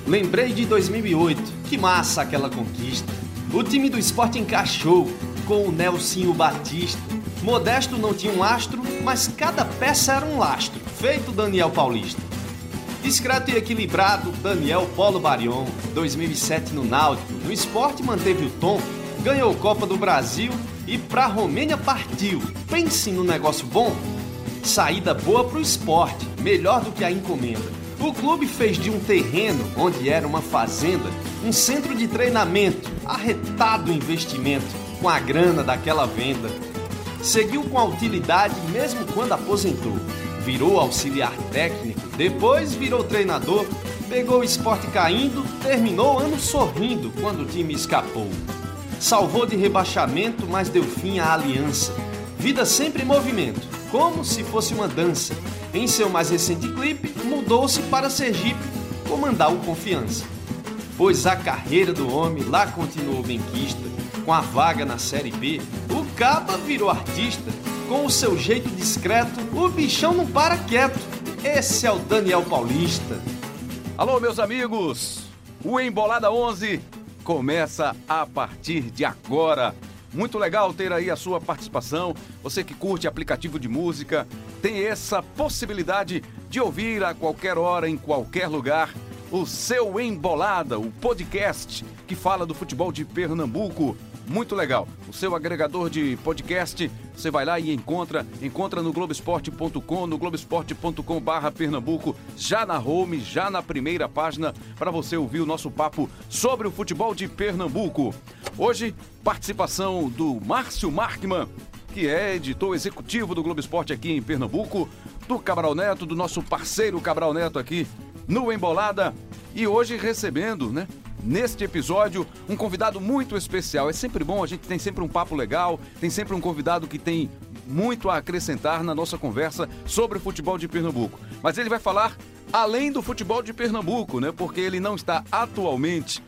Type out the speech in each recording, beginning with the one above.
Lembrei de 2008, que massa aquela conquista. O time do Sport encaixou, com o Nelsinho Batista. Modesto não tinha um astro, mas cada peça era um lastro, feito Daniel Paulista. Discreto e equilibrado, Daniel Polo Barion, 2007 no Náutico, no Sport manteve o tom, ganhou Copa do Brasil e pra Romênia partiu. Pense no negócio bom. Saída boa pro Sport, melhor do que a encomenda. O clube fez de um terreno, onde era uma fazenda, um centro de treinamento, arretado investimento, com a grana daquela venda. Seguiu com a utilidade mesmo quando aposentou. Virou auxiliar técnico, depois virou treinador, pegou o Sport caindo, terminou ano sorrindo quando o time escapou. Salvou de rebaixamento, mas deu fim à aliança. Vida sempre em movimento, como se fosse uma dança. Em seu mais recente clipe, mudou-se para Sergipe, comandar o Confiança. Pois a carreira do homem lá continuou benquista. Com a vaga na Série B, o Caba virou artista. Com o seu jeito discreto, o bichão não para quieto. Esse é o Daniel Paulista. Alô, meus amigos! O Embolada 11 começa a partir de agora. Muito legal ter aí a sua participação. Você que curte aplicativo de música, tem essa possibilidade de ouvir a qualquer hora, em qualquer lugar, o seu Embolada, o podcast que fala do futebol de Pernambuco. Muito legal. O seu agregador de podcast, você vai lá e encontra no Globoesporte.com, no Globoesporte.com/Pernambuco, já na home, já na primeira página, para você ouvir o nosso papo sobre o futebol de Pernambuco. Hoje, participação do Márcio Markman, que é editor executivo do Globo Esporte aqui em Pernambuco, do Cabral Neto, do nosso parceiro Cabral Neto aqui no Embolada, e hoje recebendo, neste episódio, um convidado muito especial. É sempre bom, a gente tem sempre um papo legal, tem sempre um convidado que tem muito a acrescentar na nossa conversa sobre o futebol de Pernambuco. Mas ele vai falar além do futebol de Pernambuco, porque ele não está atualmente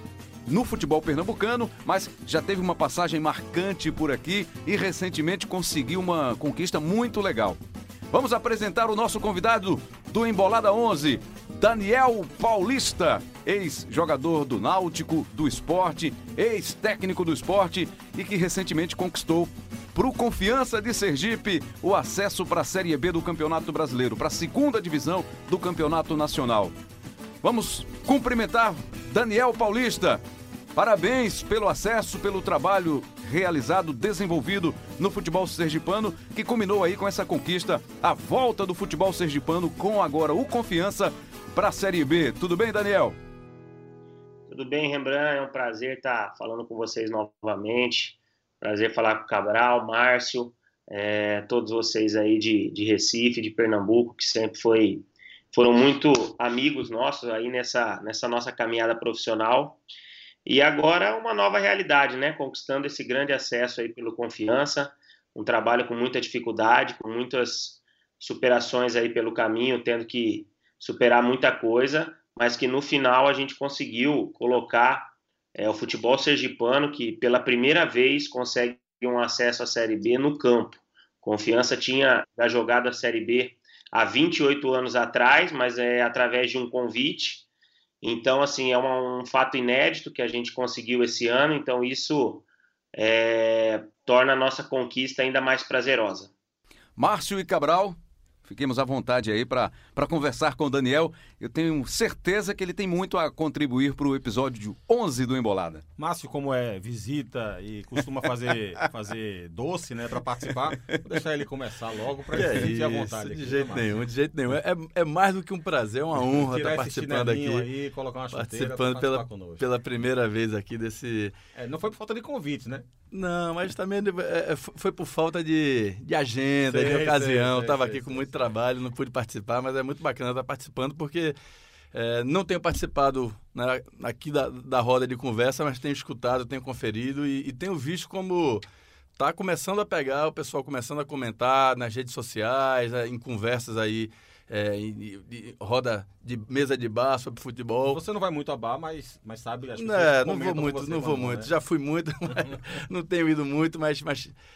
no futebol pernambucano, mas já teve uma passagem marcante por aqui e recentemente conseguiu uma conquista muito legal. Vamos apresentar o nosso convidado do Embolada 11, Daniel Paulista, ex-jogador do Náutico, do Sport, ex-técnico do Sport e que recentemente conquistou para o Confiança de Sergipe o acesso para a Série B do Campeonato Brasileiro, para a segunda divisão do Campeonato Nacional. Vamos cumprimentar Daniel Paulista. Parabéns pelo acesso, pelo trabalho realizado, desenvolvido no futebol sergipano, que culminou aí com essa conquista, a volta do futebol sergipano com agora o Confiança para a Série B. Tudo bem, Daniel? Tudo bem, Rembrandt. É um prazer estar falando com vocês novamente. Prazer falar com o Cabral, Márcio, todos vocês aí de Recife, de Pernambuco, que sempre foram muito amigos nossos aí nessa nossa caminhada profissional. E agora uma nova realidade, conquistando esse grande acesso aí pelo Confiança, um trabalho com muita dificuldade, com muitas superações aí pelo caminho, tendo que superar muita coisa, mas que no final a gente conseguiu colocar o futebol sergipano, que pela primeira vez consegue um acesso à Série B no campo. Confiança tinha já jogado a Série B há 28 anos atrás, mas através de um convite. Então, assim, é um fato inédito que a gente conseguiu esse ano, então isso torna a nossa conquista ainda mais prazerosa. Márcio e Cabral, fiquemos à vontade aí para conversar com o Daniel. Eu tenho certeza que ele tem muito a contribuir para o episódio 11 do Embolada. Márcio, como visita e costuma fazer doce, para participar, vou deixar ele começar logo para ele sentir à vontade. De jeito nenhum. É mais do que um prazer, é uma honra estar participando aqui. Aí, colocar uma participando pela primeira vez aqui desse... não foi por falta de convite, né? Não, mas também foi por falta de agenda, de ocasião. Estava aqui com muito trabalho, não pude participar, mas é muito bacana estar participando, porque não tenho participado aqui da roda de conversa, mas tenho escutado, tenho conferido e tenho visto como está começando a pegar, o pessoal começando a comentar nas redes sociais, em conversas aí, em roda de mesa de bar sobre futebol. Você não vai muito a bar, mas sabe... As não vou muito. Já fui muito, mas não tenho ido muito, mas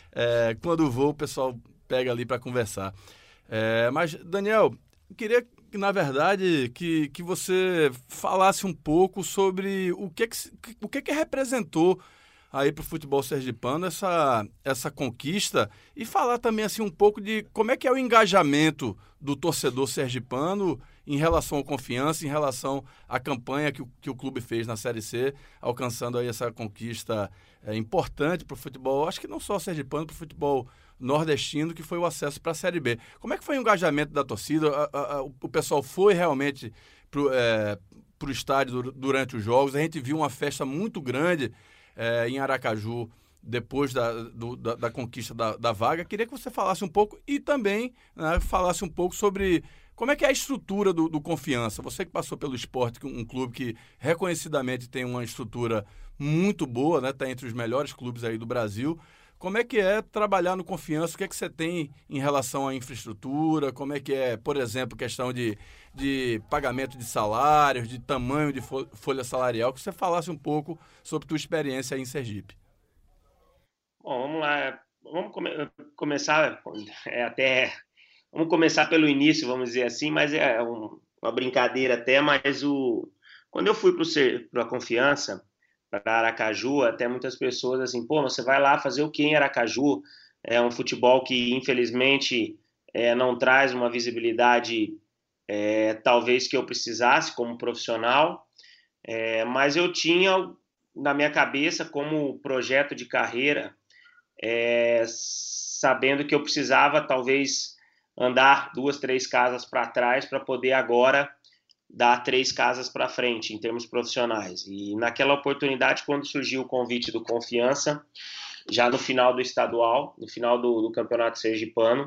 quando vou, o pessoal pega ali para conversar. Mas, Daniel, queria na verdade, que você falasse um pouco sobre o que representou aí para o futebol sergipano essa conquista, e falar também assim um pouco de como é que é o engajamento do torcedor sergipano em relação à Confiança, em relação à campanha que o clube fez na Série C, alcançando aí essa conquista importante para o futebol, acho que não só sergipano, para o futebol nordestino, que foi o acesso para a Série B. Como é que foi o engajamento da torcida? O pessoal foi realmente para o estádio durante os jogos? A gente viu uma festa muito grande em Aracaju, depois da conquista da vaga. Queria que você falasse um pouco e também, né, falasse um pouco sobre como é que é a estrutura do Confiança. Você que passou pelo Sport, um clube que reconhecidamente tem uma estrutura muito boa, né, está entre os melhores clubes aí do Brasil. Como é que é trabalhar no Confiança? O que é que você tem em relação à infraestrutura? Como é que é, por exemplo, questão de pagamento de salários, de tamanho de folha salarial? Que você falasse um pouco sobre a tua experiência aí em Sergipe. Bom, vamos lá. Vamos começar vamos começar pelo início, vamos dizer assim, mas é uma brincadeira até, mas quando eu fui para a Confiança, para Aracaju, até muitas pessoas assim, pô, você vai lá fazer o quê em Aracaju? É um futebol que, infelizmente, não traz uma visibilidade, talvez, que eu precisasse como profissional, mas eu tinha na minha cabeça como projeto de carreira, sabendo que eu precisava, talvez, andar 2, 3 casas para trás para poder agora dar 3 casas para frente em termos profissionais. E naquela oportunidade, quando surgiu o convite do Confiança, já no final do estadual, no final do Campeonato Sergipano,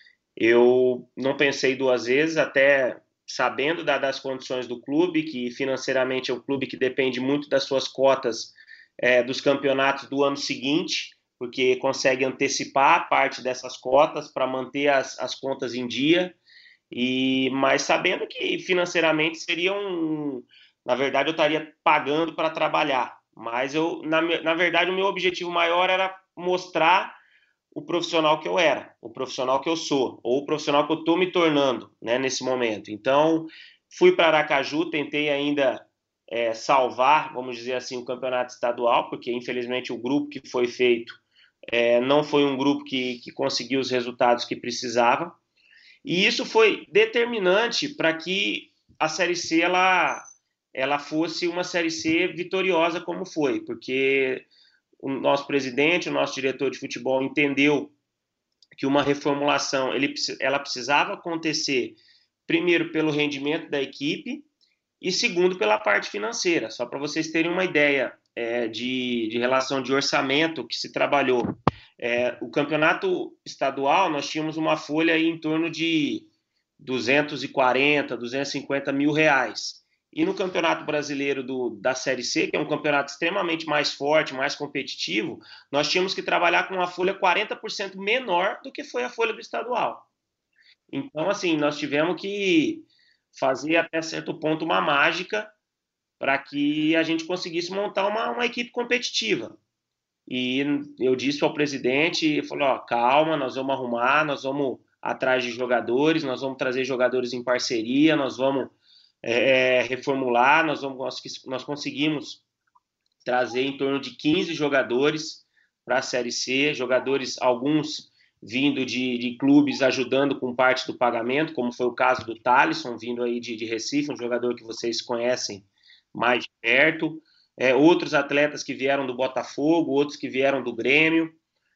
eu não pensei 2 vezes, até sabendo das condições do clube, que financeiramente é um clube que depende muito das suas cotas dos campeonatos do ano seguinte, porque consegue antecipar parte dessas cotas para manter as contas em dia, mas sabendo que financeiramente seria na verdade eu estaria pagando para trabalhar, mas na verdade o meu objetivo maior era mostrar o profissional que eu era, o profissional que eu sou, ou o profissional que eu estou me tornando, né, nesse momento. Então fui para Aracaju, tentei ainda salvar, vamos dizer assim, o campeonato estadual, porque infelizmente o grupo que foi feito não foi um grupo que conseguiu os resultados que precisava. E isso foi determinante para que a Série C ela fosse uma Série C vitoriosa como foi, porque o nosso presidente, o nosso diretor de futebol entendeu que uma reformulação ela precisava acontecer, primeiro, pelo rendimento da equipe e, segundo, pela parte financeira. Só para vocês terem uma ideia de relação de orçamento que se trabalhou. O campeonato estadual, nós tínhamos uma folha aí em torno de 240, 250 mil reais. E no campeonato brasileiro da Série C, que é um campeonato extremamente mais forte, mais competitivo, nós tínhamos que trabalhar com uma folha 40% menor do que foi a folha do estadual. Então, assim, nós tivemos que fazer até certo ponto uma mágica para que a gente conseguisse montar uma equipe competitiva. E eu disse ao presidente, ele falou, calma, nós vamos arrumar, nós vamos atrás de jogadores, nós vamos trazer jogadores em parceria, nós vamos reformular, nós conseguimos trazer em torno de 15 jogadores para a Série C, jogadores, alguns vindo de clubes ajudando com parte do pagamento, como foi o caso do Thalisson, vindo aí de Recife, um jogador que vocês conhecem mais de perto, outros atletas que vieram do Botafogo, outros que vieram do Grêmio,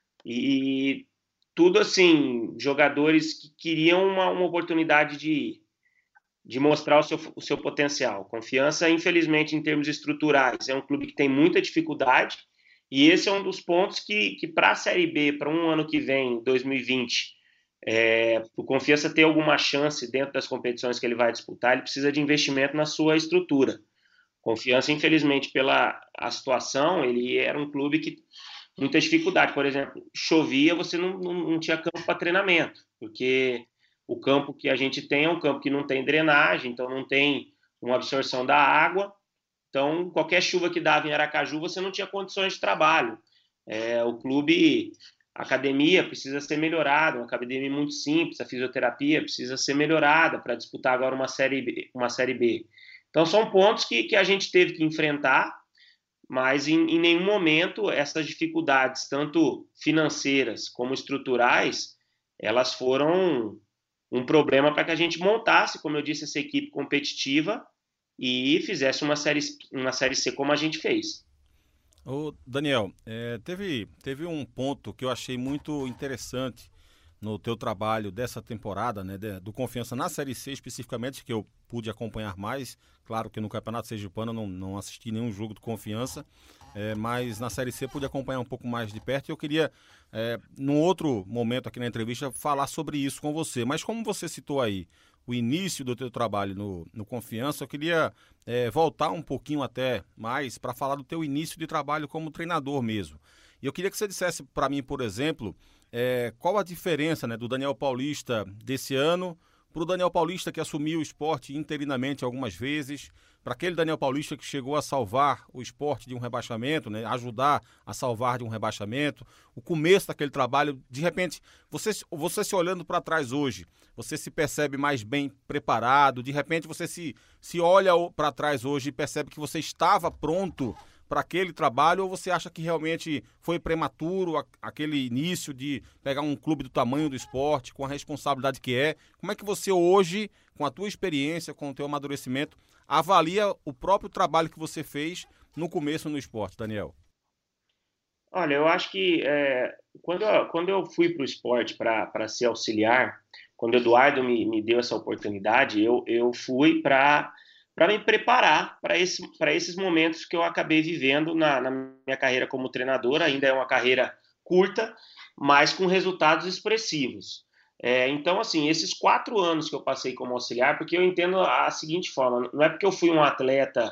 e tudo assim, jogadores que queriam uma oportunidade de mostrar o seu potencial. Confiança, infelizmente, em termos estruturais, é um clube que tem muita dificuldade, e esse é um dos pontos que para a Série B, para um ano que vem, 2020, o Confiança ter alguma chance dentro das competições que ele vai disputar, ele precisa de investimento na sua estrutura. Confiança, infelizmente, pela a situação, ele era um clube que muita dificuldade. Por exemplo, chovia, você não tinha campo para treinamento, porque o campo que a gente tem é um campo que não tem drenagem, então não tem uma absorção da água. Então, qualquer chuva que dava em Aracaju, você não tinha condições de trabalho. O clube a academia precisa ser melhorada, uma academia muito simples, a fisioterapia precisa ser melhorada para disputar agora uma série B. Então são pontos que a gente teve que enfrentar, mas em nenhum momento essas dificuldades, tanto financeiras como estruturais, elas foram um problema para que a gente montasse, como eu disse, essa equipe competitiva e fizesse uma série C como a gente fez. Ô, Daniel, teve um ponto que eu achei muito interessante no teu trabalho dessa temporada, né, do Confiança na Série C especificamente, que eu pude acompanhar mais. Claro que no Campeonato Sergipano eu não assisti nenhum jogo do Confiança, mas na Série C pude acompanhar um pouco mais de perto e eu queria, num outro momento aqui na entrevista, falar sobre isso com você. Mas como você citou aí o início do teu trabalho no Confiança, eu queria voltar um pouquinho até mais para falar do teu início de trabalho como treinador mesmo. E eu queria que você dissesse para mim, por exemplo, qual a diferença, né, do Daniel Paulista desse ano para o Daniel Paulista que assumiu o Sport interinamente algumas vezes, para aquele Daniel Paulista que chegou a salvar o Sport de um rebaixamento, né, ajudar a salvar de um rebaixamento, o começo daquele trabalho. De repente, você se olhando para trás hoje, você se percebe mais bem preparado, de repente você se olha para trás hoje e percebe que você estava pronto para aquele trabalho, ou você acha que realmente foi prematuro aquele início de pegar um clube do tamanho do Sport, com a responsabilidade que é? Como é que você hoje, com a tua experiência, com o teu amadurecimento, avalia o próprio trabalho que você fez no começo no Sport, Daniel? Olha, eu acho que quando eu fui para o Sport para ser auxiliar, quando o Eduardo me deu essa oportunidade, eu fui para me preparar para esses momentos que eu acabei vivendo na minha carreira como treinador. Ainda é uma carreira curta, mas com resultados expressivos. Então, assim, esses 4 anos que eu passei como auxiliar, porque eu entendo a seguinte forma, não é porque eu fui um atleta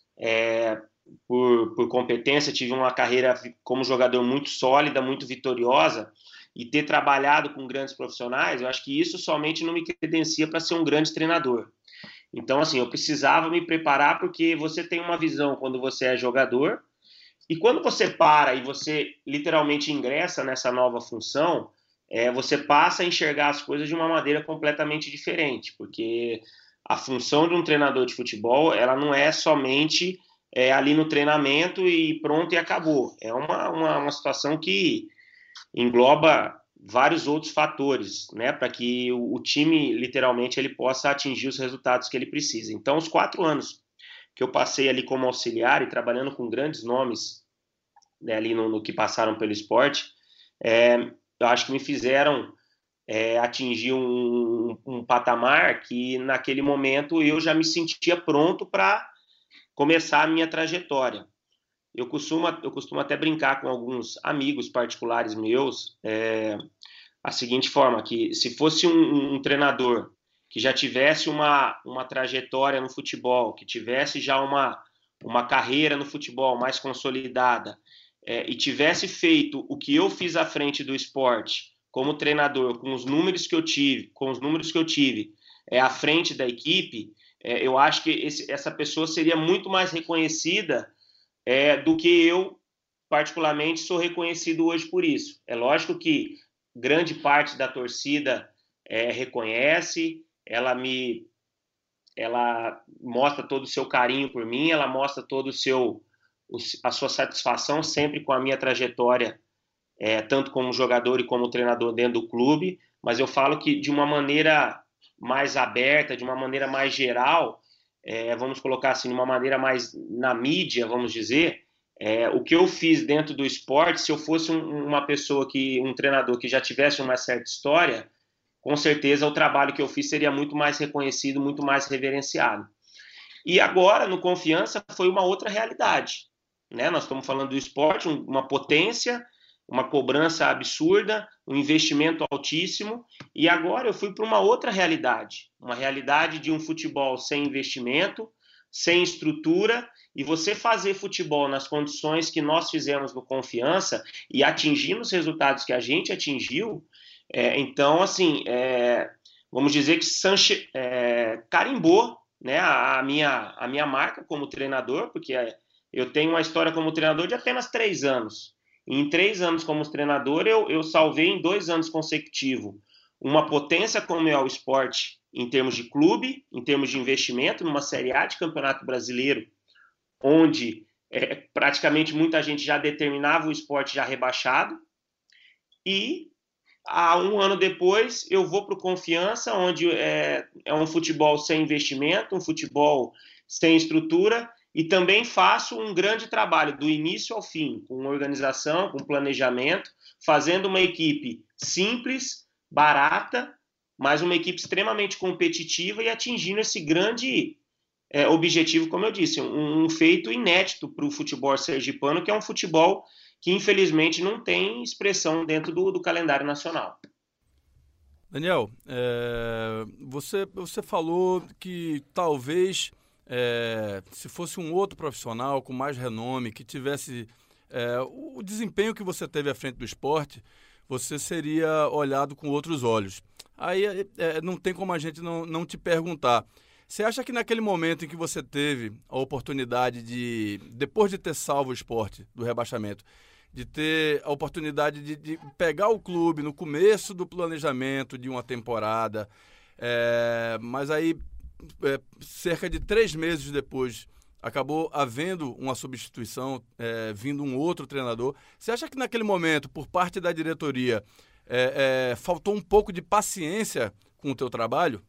por competência, tive uma carreira como jogador muito sólida, muito vitoriosa, e ter trabalhado com grandes profissionais, eu acho que isso somente não me credencia para ser um grande treinador. Então, assim, eu precisava me preparar porque você tem uma visão quando você é jogador e quando você para e você literalmente ingressa nessa nova função, você passa a enxergar as coisas de uma maneira completamente diferente, porque a função de um treinador de futebol, ela não é somente ali no treinamento e pronto e acabou. É uma situação que engloba vários outros fatores, né, para que o time, literalmente, ele possa atingir os resultados que ele precisa. Então, os 4 anos que eu passei ali como auxiliar e trabalhando com grandes nomes, né, ali no que passaram pelo Sport, eu acho que me fizeram atingir um patamar que, naquele momento, eu já me sentia pronto para começar a minha trajetória. Eu costumo até brincar com alguns amigos particulares meus, a seguinte forma, que se fosse um treinador que já tivesse uma trajetória no futebol, que tivesse já uma carreira no futebol mais consolidada, e tivesse feito o que eu fiz à frente do Sport como treinador, com os números que eu tive à frente da equipe, eu acho que essa pessoa seria muito mais reconhecida do que eu, particularmente, sou reconhecido hoje por isso. É lógico que grande parte da torcida reconhece, ela mostra todo o seu carinho por mim, ela mostra todo a sua satisfação sempre com a minha trajetória, tanto como jogador e como treinador dentro do clube, mas eu falo que de uma maneira mais aberta, de uma maneira mais geral, vamos colocar assim, de uma maneira mais na mídia, vamos dizer, o que eu fiz dentro do esporte, se eu fosse um treinador que já tivesse uma certa história, com certeza o trabalho que eu fiz seria muito mais reconhecido, muito mais reverenciado. E agora, no Confiança, foi uma outra realidade, né? Nós estamos falando do esporte, uma potência, uma cobrança absurda, um investimento altíssimo, e agora eu fui para uma outra realidade, uma realidade de um futebol sem investimento, sem estrutura, e você fazer futebol nas condições que nós fizemos no Confiança e atingir os resultados que a gente atingiu, então, assim, vamos dizer que carimbou, né, a minha marca como treinador, porque eu tenho uma história como treinador de apenas 3 anos. Em 3 anos como treinador, eu salvei em 2 anos consecutivos uma potência como é o Sport em termos de clube, em termos de investimento, numa Série A de Campeonato Brasileiro, onde praticamente muita gente já determinava o Sport já rebaixado. E há 1 ano depois eu vou para o Confiança, onde é um futebol sem investimento, um futebol sem estrutura, e também faço um grande trabalho do início ao fim, com organização, com planejamento, fazendo uma equipe simples, barata, mas uma equipe extremamente competitiva e atingindo esse grande objetivo, como eu disse, um feito inédito para o futebol sergipano, que é um futebol que infelizmente não tem expressão dentro do calendário nacional. Daniel, você falou que talvez se fosse um outro profissional com mais renome, que tivesse o desempenho que você teve à frente do esporte, você seria olhado com outros olhos. Aí não tem como a gente não te perguntar. Você acha que naquele momento em que você teve a oportunidade de, depois de ter salvo o esporte do rebaixamento, de ter a oportunidade de pegar o clube no começo do planejamento de uma temporada, mas aí cerca de 3 meses depois acabou havendo uma substituição, vindo um outro treinador. Você acha que naquele momento, por parte da diretoria, faltou um pouco de paciência com o teu trabalho?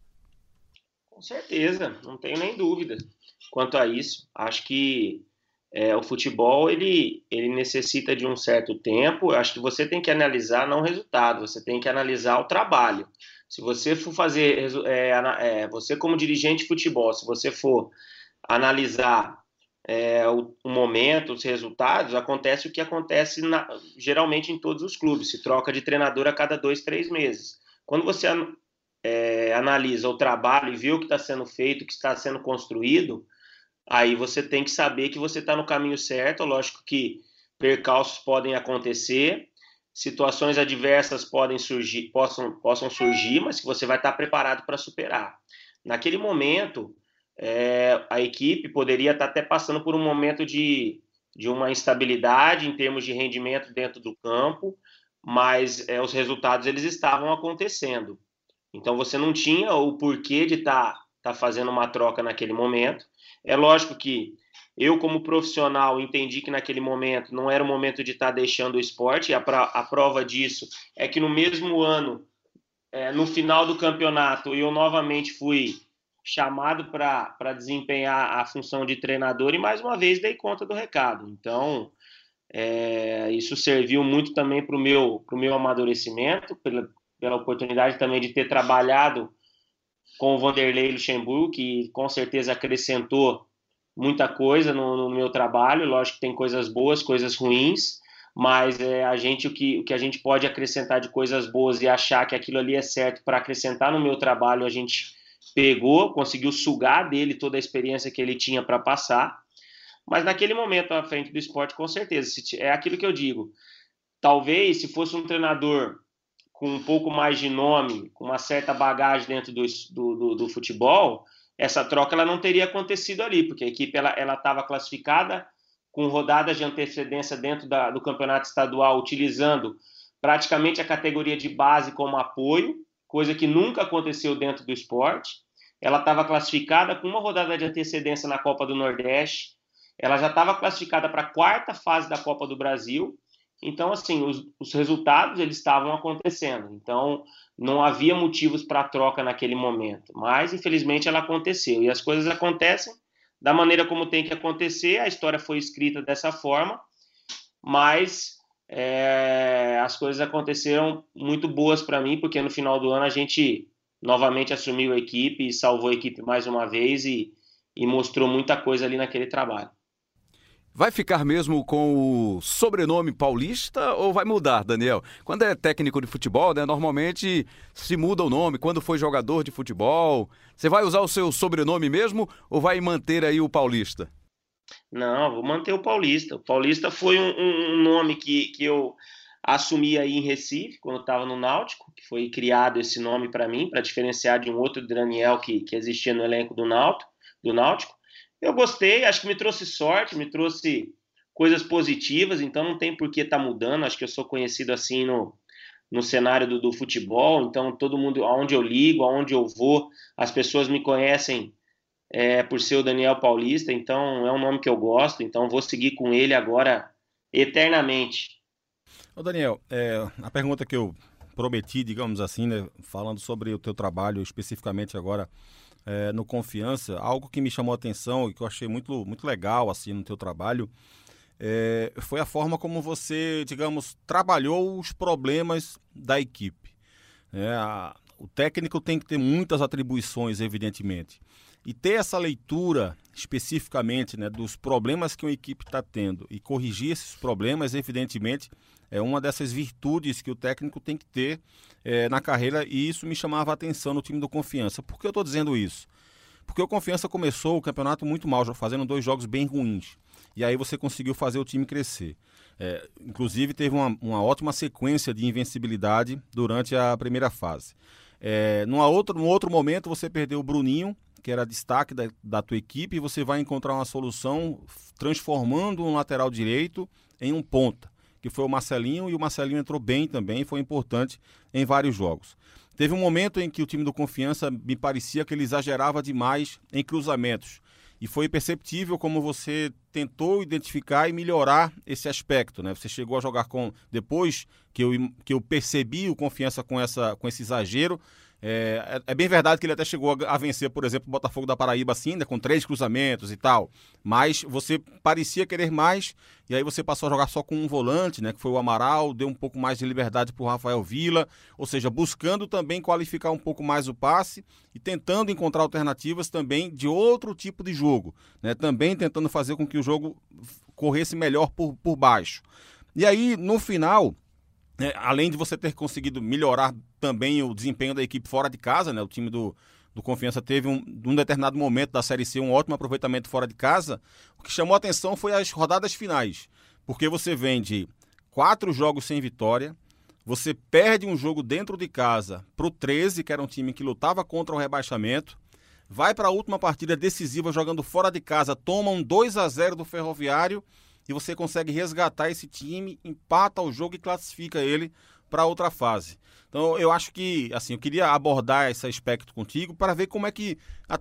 Com certeza, não tenho nem dúvida quanto a isso. Acho que o futebol ele necessita de um certo tempo. Eu acho que você tem que analisar não o resultado, você tem que analisar o trabalho. Se você for fazer, você como dirigente de futebol, se você for analisar o momento, os resultados, acontece o que acontece geralmente em todos os clubes, se troca de treinador a cada 2, 3 meses. Quando você analisa o trabalho e vê o que está sendo feito, o que está sendo construído, aí você tem que saber que você está no caminho certo. Lógico que percalços podem acontecer, situações adversas possam surgir, mas que você vai estar preparado para superar. Naquele momento, a equipe poderia estar até passando por um momento de uma instabilidade em termos de rendimento dentro do campo, mas os resultados eles estavam acontecendo. Então você não tinha o porquê de estar fazendo uma troca naquele momento. É lógico que eu, como profissional, entendi que naquele momento não era o momento de estar deixando o esporte, e a prova disso é que no mesmo ano, no final do campeonato, eu novamente fui chamado para desempenhar a função de treinador e mais uma vez dei conta do recado. Então, isso serviu muito também para o meu amadurecimento, pela oportunidade também de ter trabalhado com o Vanderlei Luxemburgo, que com certeza acrescentou muita coisa no meu trabalho. Lógico que tem coisas boas, coisas ruins, mas o que a gente pode acrescentar de coisas boas e achar que aquilo ali é certo para acrescentar no meu trabalho, a gente pegou, conseguiu sugar dele toda a experiência que ele tinha para passar. Mas naquele momento à frente do esporte, com certeza, é aquilo que eu digo. Talvez se fosse um treinador com um pouco mais de nome, com uma certa bagagem dentro do futebol, essa troca ela não teria acontecido ali, porque a equipe ela estava classificada com rodadas de antecedência dentro do campeonato estadual, utilizando praticamente a categoria de base como apoio, coisa que nunca aconteceu dentro do esporte. Ela estava classificada com uma rodada de antecedência na Copa do Nordeste, ela já estava classificada para a 4ª fase da Copa do Brasil. Então, assim, os resultados eles estavam acontecendo. Então, não havia motivos para a troca naquele momento. Mas, infelizmente, ela aconteceu. E as coisas acontecem da maneira como tem que acontecer. A história foi escrita dessa forma. Mas as coisas aconteceram muito boas para mim, porque no final do ano a gente novamente assumiu a equipe e salvou a equipe mais uma vez e mostrou muita coisa ali naquele trabalho. Vai ficar mesmo com o sobrenome Paulista ou vai mudar, Daniel? Quando é técnico de futebol, né, normalmente se muda o nome. Quando foi jogador de futebol, você vai usar o seu sobrenome mesmo ou vai manter aí o Paulista? Não, vou manter o Paulista. O Paulista foi um nome que eu assumi aí em Recife, quando eu estava no Náutico, que foi criado esse nome para mim, para diferenciar de um outro Daniel que existia no elenco do Náutico. Eu gostei, acho que me trouxe sorte, me trouxe coisas positivas, então não tem por que estar mudando. Acho que eu sou conhecido assim no cenário do futebol, então todo mundo, aonde eu ligo, aonde eu vou, as pessoas me conhecem por ser o Daniel Paulista, então é um nome que eu gosto, então vou seguir com ele agora eternamente. Ô Daniel, a pergunta que eu prometi, digamos assim, né, falando sobre o teu trabalho especificamente agora no Confiança, algo que me chamou a atenção e que eu achei muito, muito legal assim no teu trabalho, foi a forma como você, digamos, trabalhou os problemas da equipe. O técnico tem que ter muitas atribuições, evidentemente. E ter essa leitura especificamente, né, dos problemas que uma equipe está tendo e corrigir esses problemas, evidentemente, é uma dessas virtudes que o técnico tem que ter na carreira, e isso me chamava a atenção no time do Confiança. Por que eu estou dizendo isso? Porque o Confiança começou o campeonato muito mal, fazendo 2 jogos bem ruins. E aí você conseguiu fazer o time crescer. Inclusive teve uma ótima sequência de invencibilidade durante a primeira fase. Num outro momento você perdeu o Bruninho, que era destaque da tua equipe, e você vai encontrar uma solução transformando um lateral direito em um ponta, que foi o Marcelinho, e o Marcelinho entrou bem também, foi importante em vários jogos. Teve um momento em que o time do Confiança me parecia que ele exagerava demais em cruzamentos, e foi perceptível como você tentou identificar e melhorar esse aspecto, né? Você chegou a jogar depois que eu percebi o Confiança com esse exagero. É bem verdade que ele até chegou a vencer, por exemplo, o Botafogo da Paraíba assim, né, com 3 cruzamentos e tal, mas você parecia querer mais, e aí você passou a jogar só com um volante, né, que foi o Amaral, deu um pouco mais de liberdade para o Rafael Villa, ou seja, buscando também qualificar um pouco mais o passe e tentando encontrar alternativas também de outro tipo de jogo, né, também tentando fazer com que o jogo corresse melhor por baixo. E aí, no final, além de você ter conseguido melhorar também o desempenho da equipe fora de casa, né? O time do Confiança teve num determinado momento da Série C um ótimo aproveitamento fora de casa. O que chamou a atenção foi as rodadas finais, porque você vem de 4 jogos sem vitória, você perde um jogo dentro de casa para o 13, que era um time que lutava contra o rebaixamento, vai para a última partida decisiva jogando fora de casa, toma um 2-0 do Ferroviário, e você consegue resgatar esse time, empata o jogo e classifica ele para outra fase. Então eu acho que, assim, eu queria abordar esse aspecto contigo para ver como é que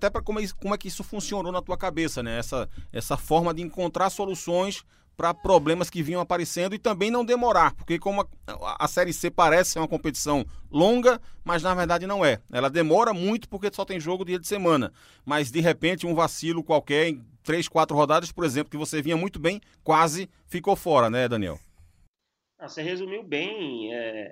isso funcionou na tua cabeça, né? Essa forma de encontrar soluções para problemas que vinham aparecendo e também não demorar, porque como a Série C parece ser uma competição longa, mas na verdade não é. Ela demora muito porque só tem jogo dia de semana, mas de repente um vacilo qualquer em 3, 4 rodadas, por exemplo, que você vinha muito bem, quase ficou fora, né, Daniel? Você resumiu bem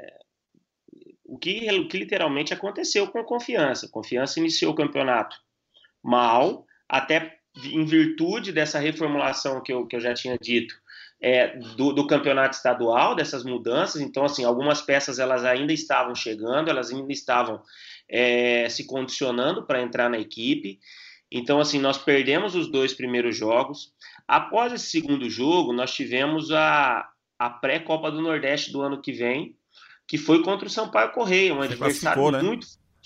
o que literalmente aconteceu com o Confiança. Confiança iniciou o campeonato mal, até em virtude dessa reformulação que eu já tinha dito, do campeonato estadual, dessas mudanças. Então, assim, algumas peças elas ainda estavam chegando, elas ainda estavam se condicionando para entrar na equipe. Então, assim, nós perdemos os 2 primeiros jogos. Após esse segundo jogo, nós tivemos a pré-Copa do Nordeste do ano que vem, que foi contra o Sampaio Correia, um adversário muito...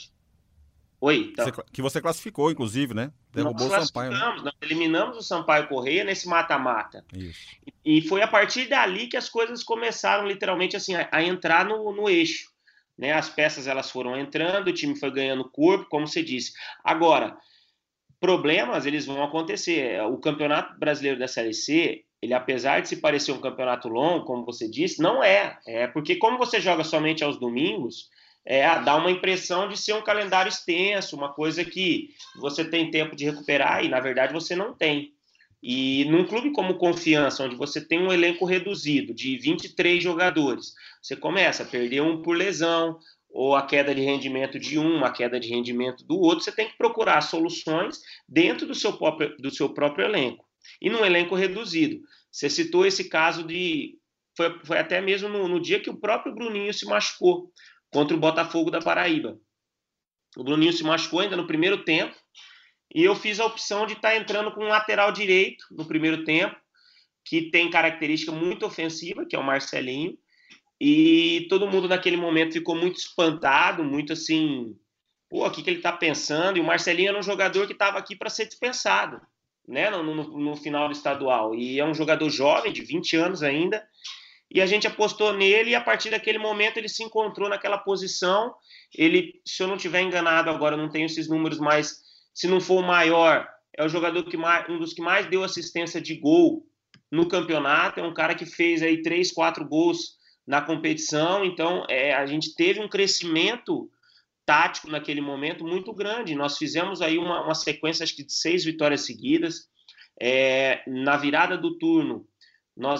Oi? Então... Que você classificou, inclusive, né? Derrubou o Sampaio. Né? Nós eliminamos o Sampaio Correia nesse mata-mata. Isso. E foi a partir dali que as coisas começaram, literalmente, assim, a entrar no eixo. Né? As peças elas foram entrando, o time foi ganhando corpo, como você disse. Agora... problemas, eles vão acontecer. O Campeonato Brasileiro da Série C, ele apesar de se parecer um campeonato longo, como você disse, não é. Porque como você joga somente aos domingos, dá uma impressão de ser um calendário extenso, uma coisa que você tem tempo de recuperar e, na verdade, você não tem. E num clube como Confiança, onde você tem um elenco reduzido de 23 jogadores, você começa a perder um por lesão, ou a queda de rendimento de um, a queda de rendimento do outro, você tem que procurar soluções dentro do seu próprio elenco. E num elenco reduzido. Você citou esse caso de... Foi até mesmo no dia que o próprio Bruninho se machucou contra o Botafogo da Paraíba. O Bruninho se machucou ainda no primeiro tempo e eu fiz a opção de estar entrando com um lateral direito no primeiro tempo, que tem característica muito ofensiva, que é o Marcelinho. E todo mundo naquele momento ficou muito espantado, muito assim, o que ele tá pensando? E o Marcelinho era um jogador que estava aqui para ser dispensado. né, no final do estadual. E é um jogador jovem, de 20 anos ainda, e a gente apostou nele, e a partir daquele momento ele se encontrou naquela posição. Ele, se eu não estiver enganado agora, eu não tenho esses números, mas se não for o maior, é o jogador um dos que mais deu assistência de gol no campeonato. É um cara que fez aí 3, 4 gols na competição. Então a gente teve um crescimento tático naquele momento muito grande. Nós fizemos aí uma sequência, acho que de 6 vitórias seguidas. Na virada do turno, nós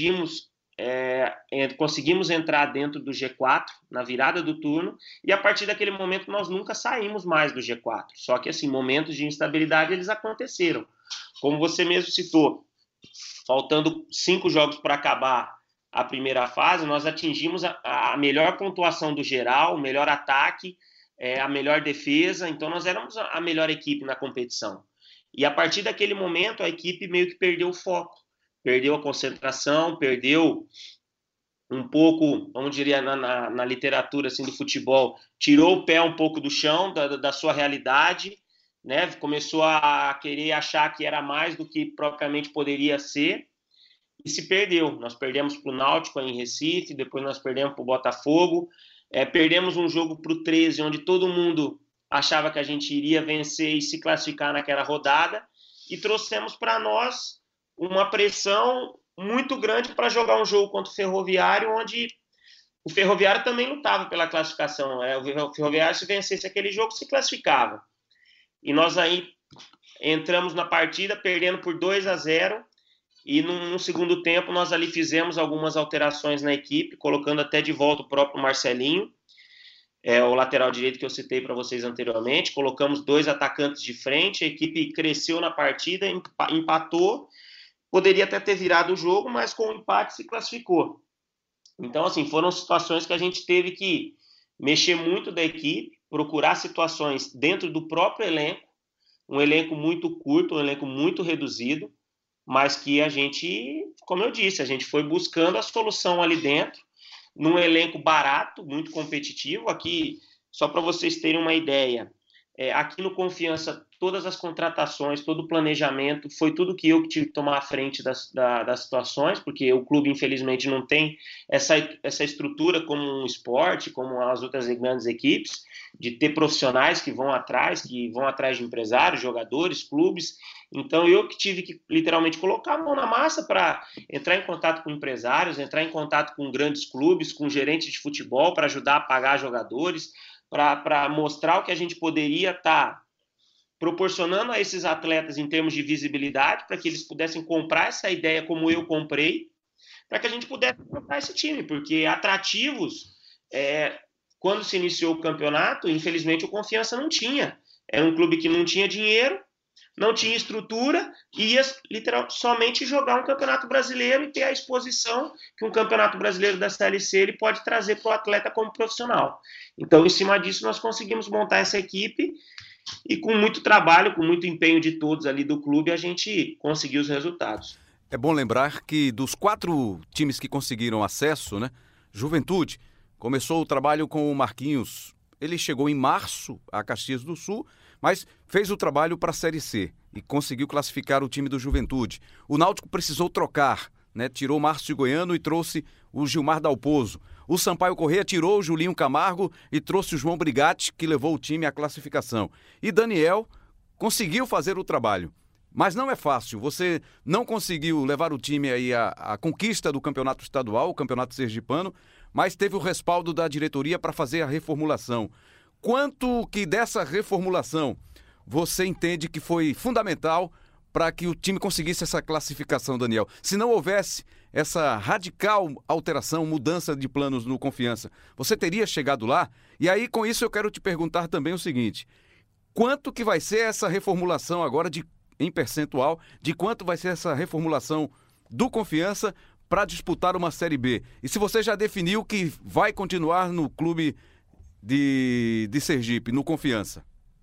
conseguimos entrar dentro do G4 na virada do turno, e a partir daquele momento nós nunca saímos mais do G4. Só que assim, momentos de instabilidade eles aconteceram. Como você mesmo citou, faltando 5 jogos para acabar a primeira fase, nós atingimos a melhor pontuação do geral, o melhor ataque, a melhor defesa. Então nós éramos a melhor equipe na competição. E a partir daquele momento a equipe meio que perdeu o foco, perdeu a concentração, perdeu um pouco, vamos dizer, na literatura assim, do futebol, tirou o pé um pouco do chão, da sua realidade, né? Começou a querer achar que era mais do que propriamente poderia ser, e se perdeu. Nós perdemos para o Náutico em Recife, depois nós perdemos para o Botafogo, perdemos um jogo para o 13, onde todo mundo achava que a gente iria vencer e se classificar naquela rodada, e trouxemos para nós uma pressão muito grande para jogar um jogo contra o Ferroviário, onde o Ferroviário também lutava pela classificação. O Ferroviário, se vencesse aquele jogo, se classificava. E nós aí entramos na partida perdendo por 2-0, e no segundo tempo nós ali fizemos algumas alterações na equipe, colocando até de volta o próprio Marcelinho, o lateral direito que eu citei para vocês anteriormente. Colocamos 2 atacantes de frente, a equipe cresceu na partida, empatou. Poderia até ter virado o jogo, mas com o empate se classificou. Então, assim, foram situações que a gente teve que mexer muito da equipe, procurar situações dentro do próprio elenco, um elenco muito curto, um elenco muito reduzido, mas que a gente, como eu disse, a gente foi buscando a solução ali dentro, num elenco barato, muito competitivo. Aqui, só para vocês terem uma ideia, aqui no Confiança, todas as contratações, todo o planejamento, foi tudo que eu que tive que tomar à frente das situações, porque o clube, infelizmente, não tem essa estrutura como um esporte, como as outras grandes equipes, de ter profissionais que vão atrás de empresários, jogadores, clubes. Então, eu que tive que, literalmente, colocar a mão na massa para entrar em contato com empresários, entrar em contato com grandes clubes, com gerentes de futebol, para ajudar a pagar jogadores, para mostrar o que a gente poderia estar proporcionando a esses atletas em termos de visibilidade, para que eles pudessem comprar essa ideia como eu comprei, para que a gente pudesse comprar esse time, porque atrativos, quando se iniciou o campeonato, infelizmente o Confiança não tinha. Era um clube que não tinha dinheiro, não tinha estrutura, e ia literalmente somente jogar um campeonato brasileiro e ter a exposição que um campeonato brasileiro da Série C ele pode trazer para o atleta como profissional. Então, em cima disso, nós conseguimos montar essa equipe, e com muito trabalho, com muito empenho de todos ali do clube, a gente conseguiu os resultados. É bom lembrar que dos 4 times que conseguiram acesso, né, Juventude começou o trabalho com o Marquinhos. Ele chegou em março a Caxias do Sul, mas fez o trabalho para a Série C e conseguiu classificar o time do Juventude. O Náutico precisou trocar, né? Tirou o Márcio Goiano e trouxe o Gilmar Dalpozo. O Sampaio Corrêa tirou o Julinho Camargo e trouxe o João Brigatti, que levou o time à classificação. E Daniel conseguiu fazer o trabalho. Mas não é fácil, você não conseguiu levar o time aí à conquista do campeonato estadual, o campeonato sergipano, mas teve o respaldo da diretoria para fazer a reformulação. Quanto que dessa reformulação você entende que foi fundamental para que o time conseguisse essa classificação, Daniel? Se não houvesse essa radical alteração, mudança de planos no Confiança, você teria chegado lá? E aí, com isso, eu quero te perguntar também o seguinte: quanto que vai ser essa reformulação agora, em percentual, de quanto vai ser essa reformulação do Confiança para disputar uma Série B? E se você já definiu que vai continuar no clube de Sergipe, no Confiança?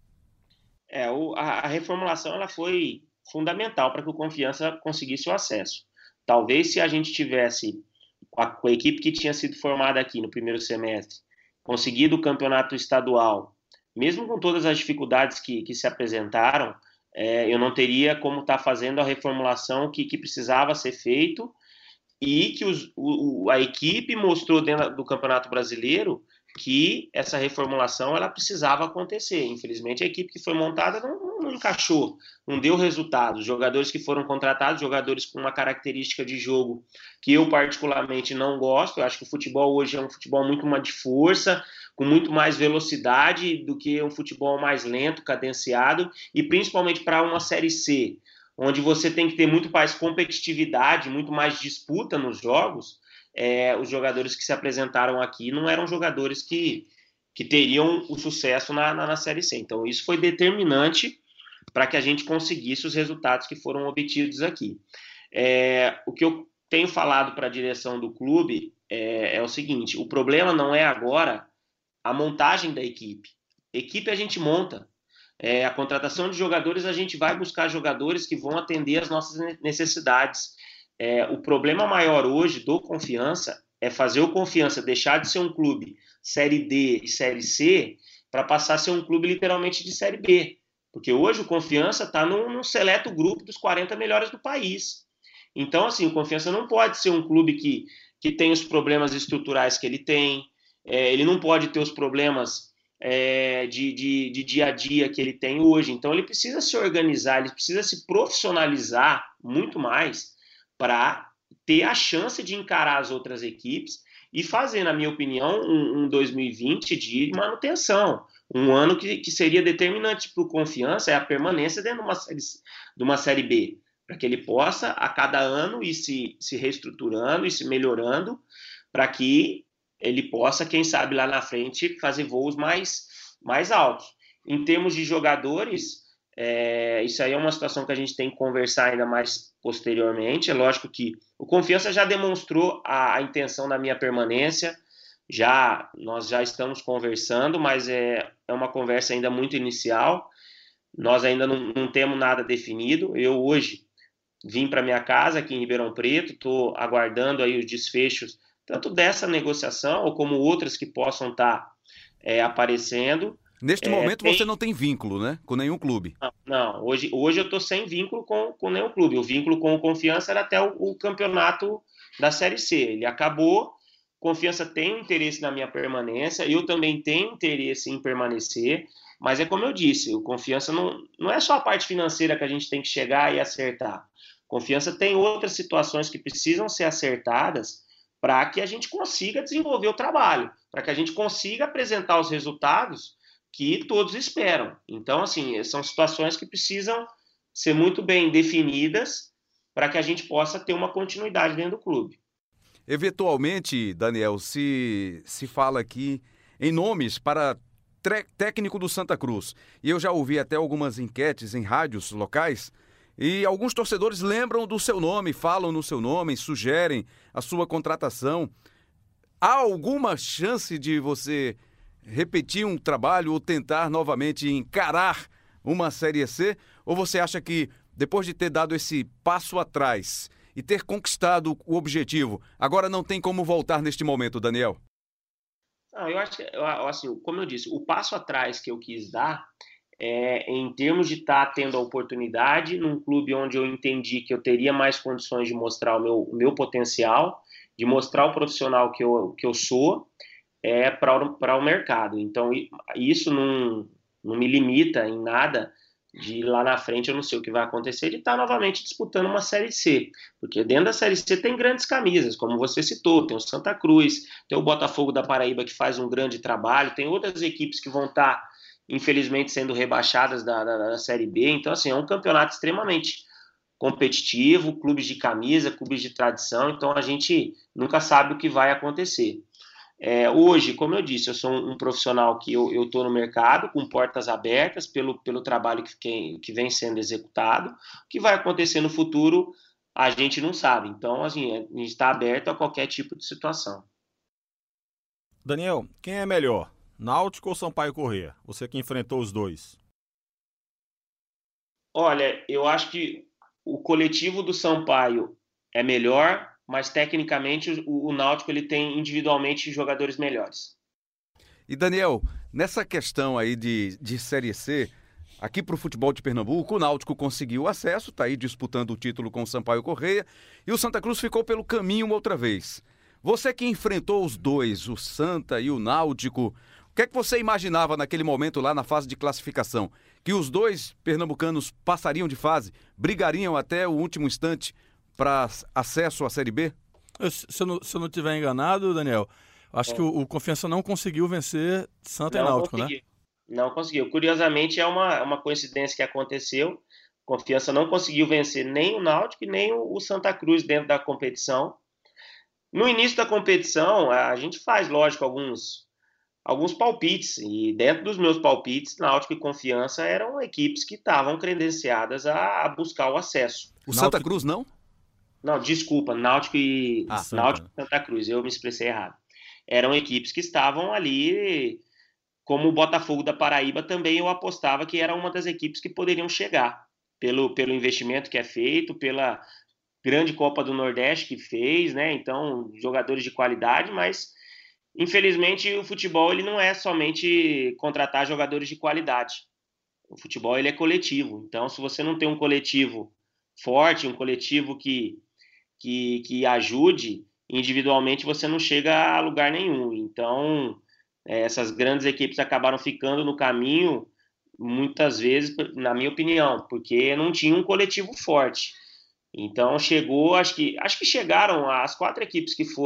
A reformulação ela foi fundamental para que o Confiança conseguisse o acesso. Talvez se a gente tivesse, com a equipe que tinha sido formada aqui no primeiro semestre, conseguido o campeonato estadual, mesmo com todas as dificuldades que se apresentaram, eu não teria como estar fazendo a reformulação que precisava ser feito e que a equipe mostrou dentro do Campeonato Brasileiro que essa reformulação ela precisava acontecer. Infelizmente, a equipe que foi montada não encaixou, não deu resultado. Os jogadores que foram contratados, jogadores com uma característica de jogo que eu particularmente não gosto. Eu acho que o futebol hoje é um futebol muito mais de força, com muito mais velocidade do que um futebol mais lento, cadenciado, e principalmente para uma Série C, onde você tem que ter muito mais competitividade, muito mais disputa nos jogos. Os jogadores que se apresentaram aqui não eram jogadores que teriam o sucesso na Série C. Então, isso foi determinante para que a gente conseguisse os resultados que foram obtidos aqui. O que eu tenho falado para a direção do clube é o seguinte: o problema não é agora a montagem da equipe. Equipe a gente monta. A contratação de jogadores, a gente vai buscar jogadores que vão atender às nossas necessidades. O problema maior hoje do Confiança é fazer o Confiança deixar de ser um clube Série D e Série C para passar a ser um clube literalmente de Série B. Porque hoje o Confiança está num seleto grupo dos 40 melhores do país. Então, assim, o Confiança não pode ser um clube que tem os problemas estruturais que ele tem, ele não pode ter os problemas de dia a dia que ele tem hoje. Então, ele precisa se organizar, ele precisa se profissionalizar muito mais para ter a chance de encarar as outras equipes e fazer, na minha opinião, um 2020 de manutenção. Um ano que seria determinante para o Confiança é a permanência dentro de uma série B, para que ele possa, a cada ano, ir se reestruturando e se melhorando, para que ele possa, quem sabe, lá na frente, fazer voos mais altos. Em termos de jogadores, isso aí é uma situação que a gente tem que conversar ainda mais posteriormente. É lógico que o Confiança já demonstrou a intenção da minha permanência, nós já estamos conversando, mas é uma conversa ainda muito inicial, nós ainda não temos nada definido. Eu hoje vim para minha casa aqui em Ribeirão Preto, estou aguardando aí os desfechos, tanto dessa negociação, ou como outras que possam estar aparecendo. Neste momento você não tem vínculo, né? Com nenhum clube. Não. Hoje eu estou sem vínculo com nenhum clube. O vínculo com o Confiança era até o campeonato da Série C. Ele acabou. Confiança tem interesse na minha permanência. Eu também tenho interesse em permanecer. Mas é como eu disse, o Confiança não é só a parte financeira que a gente tem que chegar e acertar. Confiança tem outras situações que precisam ser acertadas para que a gente consiga desenvolver o trabalho, para que a gente consiga apresentar os resultados que todos esperam. Então, assim, são situações que precisam ser muito bem definidas para que a gente possa ter uma continuidade dentro do clube. Eventualmente, Daniel, se fala aqui em nomes para técnico do Santa Cruz. E eu já ouvi até algumas enquetes em rádios locais e alguns torcedores lembram do seu nome, falam no seu nome, sugerem a sua contratação. Há alguma chance de você repetir um trabalho ou tentar novamente encarar uma Série C? Ou você acha que, depois de ter dado esse passo atrás e ter conquistado o objetivo, agora não tem como voltar neste momento, Daniel? Não, eu acho que, assim, como eu disse, o passo atrás que eu quis dar em termos de estar tendo a oportunidade num clube onde eu entendi que eu teria mais condições de mostrar o meu potencial, de mostrar o profissional que eu sou, para o mercado. Então, isso não me limita em nada de lá na frente, eu não sei o que vai acontecer, de estar novamente disputando uma Série C. Porque dentro da Série C tem grandes camisas, como você citou, tem o Santa Cruz, tem o Botafogo da Paraíba que faz um grande trabalho, tem outras equipes que vão estar, infelizmente, sendo rebaixadas da Série B. Então, assim, é um campeonato extremamente competitivo, clubes de camisa, clubes de tradição, então a gente nunca sabe o que vai acontecer. Hoje, como eu disse, eu sou um profissional que eu estou no mercado com portas abertas pelo trabalho que vem sendo executado. O que vai acontecer no futuro, a gente não sabe. Então, assim, a gente está aberto a qualquer tipo de situação. Daniel, quem é melhor, Náutico ou Sampaio Corrêa? Você que enfrentou os dois. Olha, eu acho que o coletivo do Sampaio é melhor, mas tecnicamente o Náutico ele tem individualmente jogadores melhores. E Daniel, nessa questão aí de Série C, aqui para o futebol de Pernambuco. O Náutico conseguiu o acesso, está aí disputando o título com o Sampaio Corrêa, e o Santa Cruz ficou pelo caminho outra vez. Você que enfrentou os dois, o Santa e o Náutico, o que é que você imaginava naquele momento lá na fase de classificação? Que os dois pernambucanos passariam de fase, brigariam até o último instante para acesso à Série B? Se eu não estiver enganado, Daniel, acho que o Confiança não conseguiu vencer Santa e Náutico, né? Não conseguiu. Curiosamente, é uma coincidência que aconteceu. Confiança não conseguiu vencer nem o Náutico e nem o Santa Cruz dentro da competição. No início da competição, a gente faz, lógico, alguns palpites. E dentro dos meus palpites, Náutico e Confiança eram equipes que estavam credenciadas a buscar o acesso. O Santa Cruz não? Não, desculpa, Náutico e Santa Cruz, eu me expressei errado. Eram equipes que estavam ali, como o Botafogo da Paraíba também eu apostava que era uma das equipes que poderiam chegar, pelo investimento que é feito, pela grande Copa do Nordeste que fez, né? Então, jogadores de qualidade, mas infelizmente o futebol ele não é somente contratar jogadores de qualidade. O futebol ele é coletivo, então se você não tem um coletivo forte, um coletivo que ajude, individualmente você não chega a lugar nenhum. Então, essas grandes equipes acabaram ficando no caminho, muitas vezes, na minha opinião, porque não tinha um coletivo forte. Então, acho que chegaram as 4 equipes que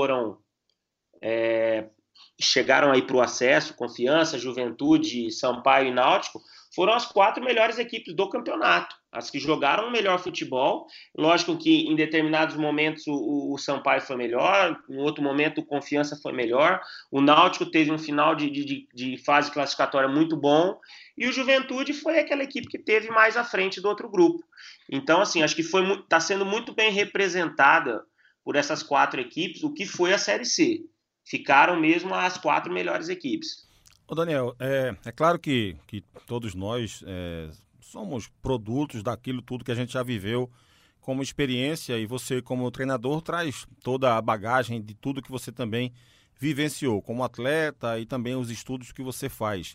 chegaram aí para o acesso, Confiança, Juventude, Sampaio e Náutico, foram as 4 melhores equipes do campeonato, as que jogaram o melhor futebol. Lógico que em determinados momentos o Sampaio foi melhor, em outro momento o Confiança foi melhor, o Náutico teve um final de fase classificatória muito bom, e o Juventude foi aquela equipe que teve mais à frente do outro grupo. Então, assim, acho que está sendo muito bem representada por essas 4 equipes o que foi a Série C. Ficaram mesmo as 4 melhores equipes. Ô Daniel, é claro que todos nós somos produtos daquilo tudo que a gente já viveu como experiência, e você como treinador traz toda a bagagem de tudo que você também vivenciou como atleta e também os estudos que você faz.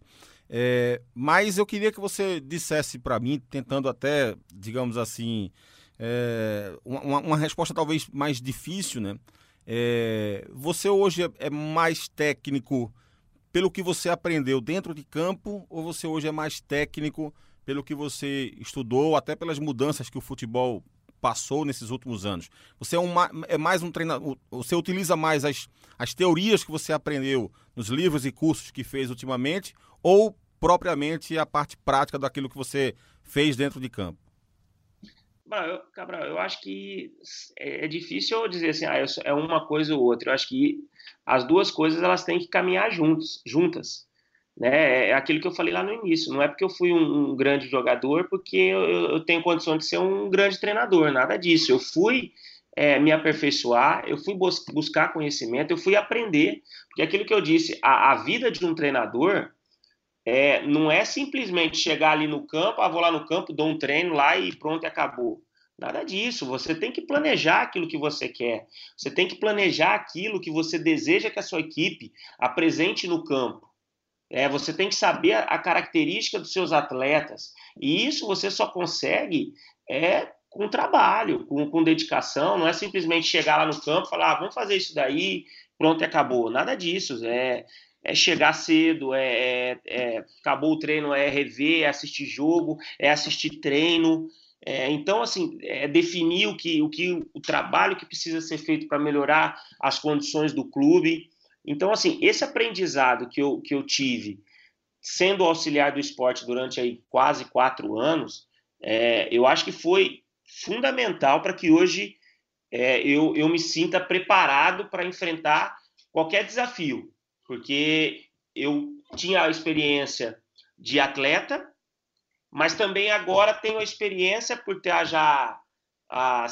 Mas eu queria que você dissesse para mim, tentando até, digamos assim, uma resposta talvez mais difícil, né? Você hoje é mais técnico pelo que você aprendeu dentro de campo, ou você hoje é mais técnico pelo que você estudou, até pelas mudanças que o futebol passou nesses últimos anos? Você é mais um treinador, você utiliza mais as teorias que você aprendeu nos livros e cursos que fez ultimamente, ou propriamente a parte prática daquilo que você fez dentro de campo? Cabral, eu acho que é difícil eu dizer assim, é uma coisa ou outra. Eu acho que as duas coisas elas têm que caminhar juntas, né? É aquilo que eu falei lá no início. Não é porque eu fui um grande jogador porque eu tenho condição de ser um grande treinador, nada disso. Eu fui me aperfeiçoar, eu fui buscar conhecimento, eu fui aprender, porque aquilo que eu disse, a vida de um treinador não é simplesmente chegar ali no campo, vou lá no campo, dou um treino lá e pronto, e acabou. Nada disso. Você tem que planejar aquilo que você quer. Você tem que planejar aquilo que você deseja que a sua equipe apresente no campo. Você tem que saber a característica dos seus atletas. E isso você só consegue com trabalho, com dedicação. Não é simplesmente chegar lá no campo e falar, vamos fazer isso daí, pronto, e acabou. Nada disso. Chegar cedo, acabou o treino, rever, assistir jogo, assistir treino. Então, assim, definir o trabalho que precisa ser feito para melhorar as condições do clube. Então, assim, esse aprendizado que eu tive sendo auxiliar do esporte durante aí quase 4 anos, eu acho que foi fundamental para que hoje eu me sinta preparado para enfrentar qualquer desafio. Porque eu tinha a experiência de atleta, mas também agora tenho a experiência por ter já há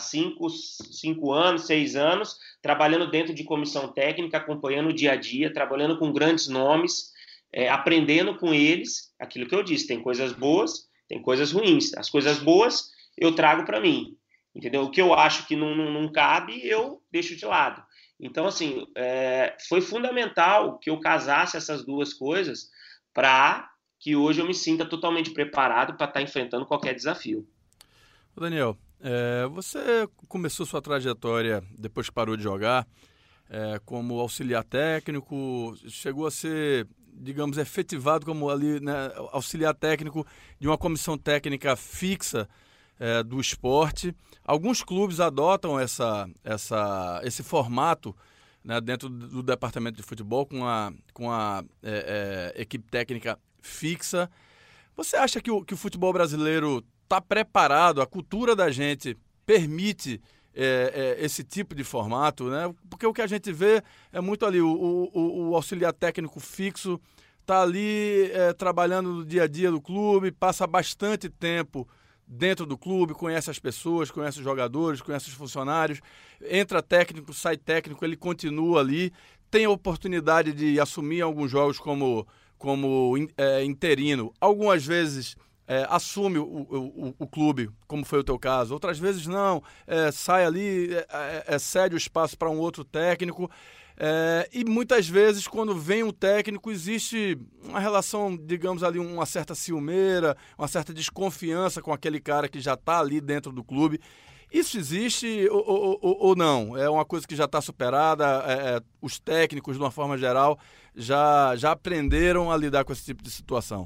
5 anos, 6 anos, trabalhando dentro de comissão técnica, acompanhando o dia a dia, trabalhando com grandes nomes, aprendendo com eles, aquilo que eu disse, tem coisas boas, tem coisas ruins. As coisas boas eu trago para mim, entendeu? O que eu acho que não cabe, eu deixo de lado. Então, assim, foi fundamental que eu casasse essas duas coisas para que hoje eu me sinta totalmente preparado para estar enfrentando qualquer desafio. Daniel, você começou sua trajetória depois que parou de jogar como auxiliar técnico, chegou a ser, digamos, efetivado como ali, né, auxiliar técnico de uma comissão técnica fixa do esporte. Alguns clubes adotam esse formato, né, dentro do departamento de futebol com a equipe técnica fixa. Você acha que o futebol brasileiro está preparado, a cultura da gente permite esse tipo de formato, né? Porque o que a gente vê é muito ali, o auxiliar técnico fixo está ali trabalhando no dia a dia do clube, passa bastante tempo dentro do clube, conhece as pessoas, conhece os jogadores, conhece os funcionários, entra técnico, sai técnico, ele continua ali, tem a oportunidade de assumir alguns jogos como interino, algumas vezes assume o clube, como foi o teu caso, outras vezes não, sai ali, cede o espaço para um outro técnico, e muitas vezes quando vem um técnico existe uma relação, digamos ali, uma certa ciumeira, uma certa desconfiança com aquele cara que já está ali dentro do clube. Isso existe ou não? É uma coisa que já está superada, os técnicos, de uma forma geral, já aprenderam a lidar com esse tipo de situação?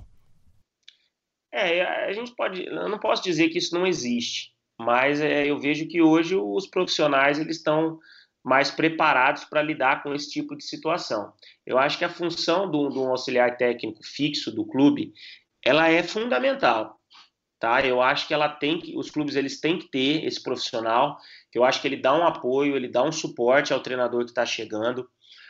Eu não posso dizer que isso não existe, mas eu vejo que hoje os profissionais eles estão mais preparados para lidar com esse tipo de situação. Eu acho que a função de um auxiliar técnico fixo do clube, ela é fundamental, tá? Eu acho que os clubes eles têm que ter esse profissional, que eu acho que ele dá um apoio, ele dá um suporte ao treinador que está chegando,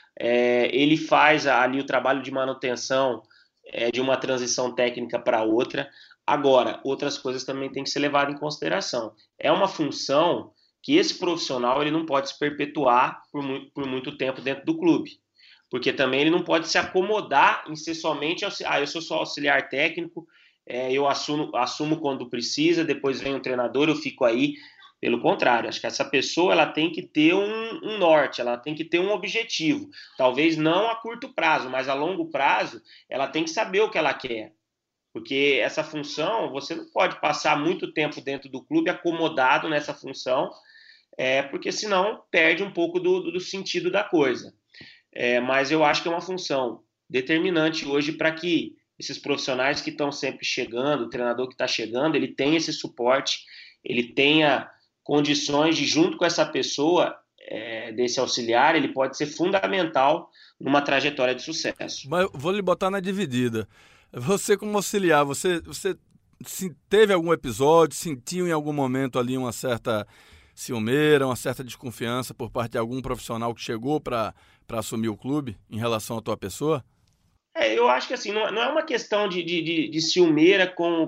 ele faz ali o trabalho de manutenção de uma transição técnica para outra. Agora, outras coisas também têm que ser levadas em consideração. É uma função que esse profissional ele não pode se perpetuar por muito tempo dentro do clube, porque também ele não pode se acomodar em ser somente, eu sou só auxiliar técnico, eu assumo quando precisa, depois vem um treinador, eu fico aí. Pelo contrário, acho que essa pessoa ela tem que ter um norte, ela tem que ter um objetivo. Talvez não a curto prazo, mas a longo prazo, ela tem que saber o que ela quer. Porque essa função, você não pode passar muito tempo dentro do clube acomodado nessa função, porque senão perde um pouco do sentido da coisa. Mas eu acho que é uma função determinante hoje para que esses profissionais que estão sempre chegando, o treinador que está chegando, ele tenha esse suporte, ele tenha condições de, junto com essa pessoa, desse auxiliar, ele pode ser fundamental numa trajetória de sucesso. Mas vou lhe botar na dividida. Você como auxiliar, você teve algum episódio, sentiu em algum momento ali uma certa ciumeira, uma certa desconfiança por parte de algum profissional que chegou para assumir o clube em relação à tua pessoa? Eu acho que assim, não é uma questão de ciumeira com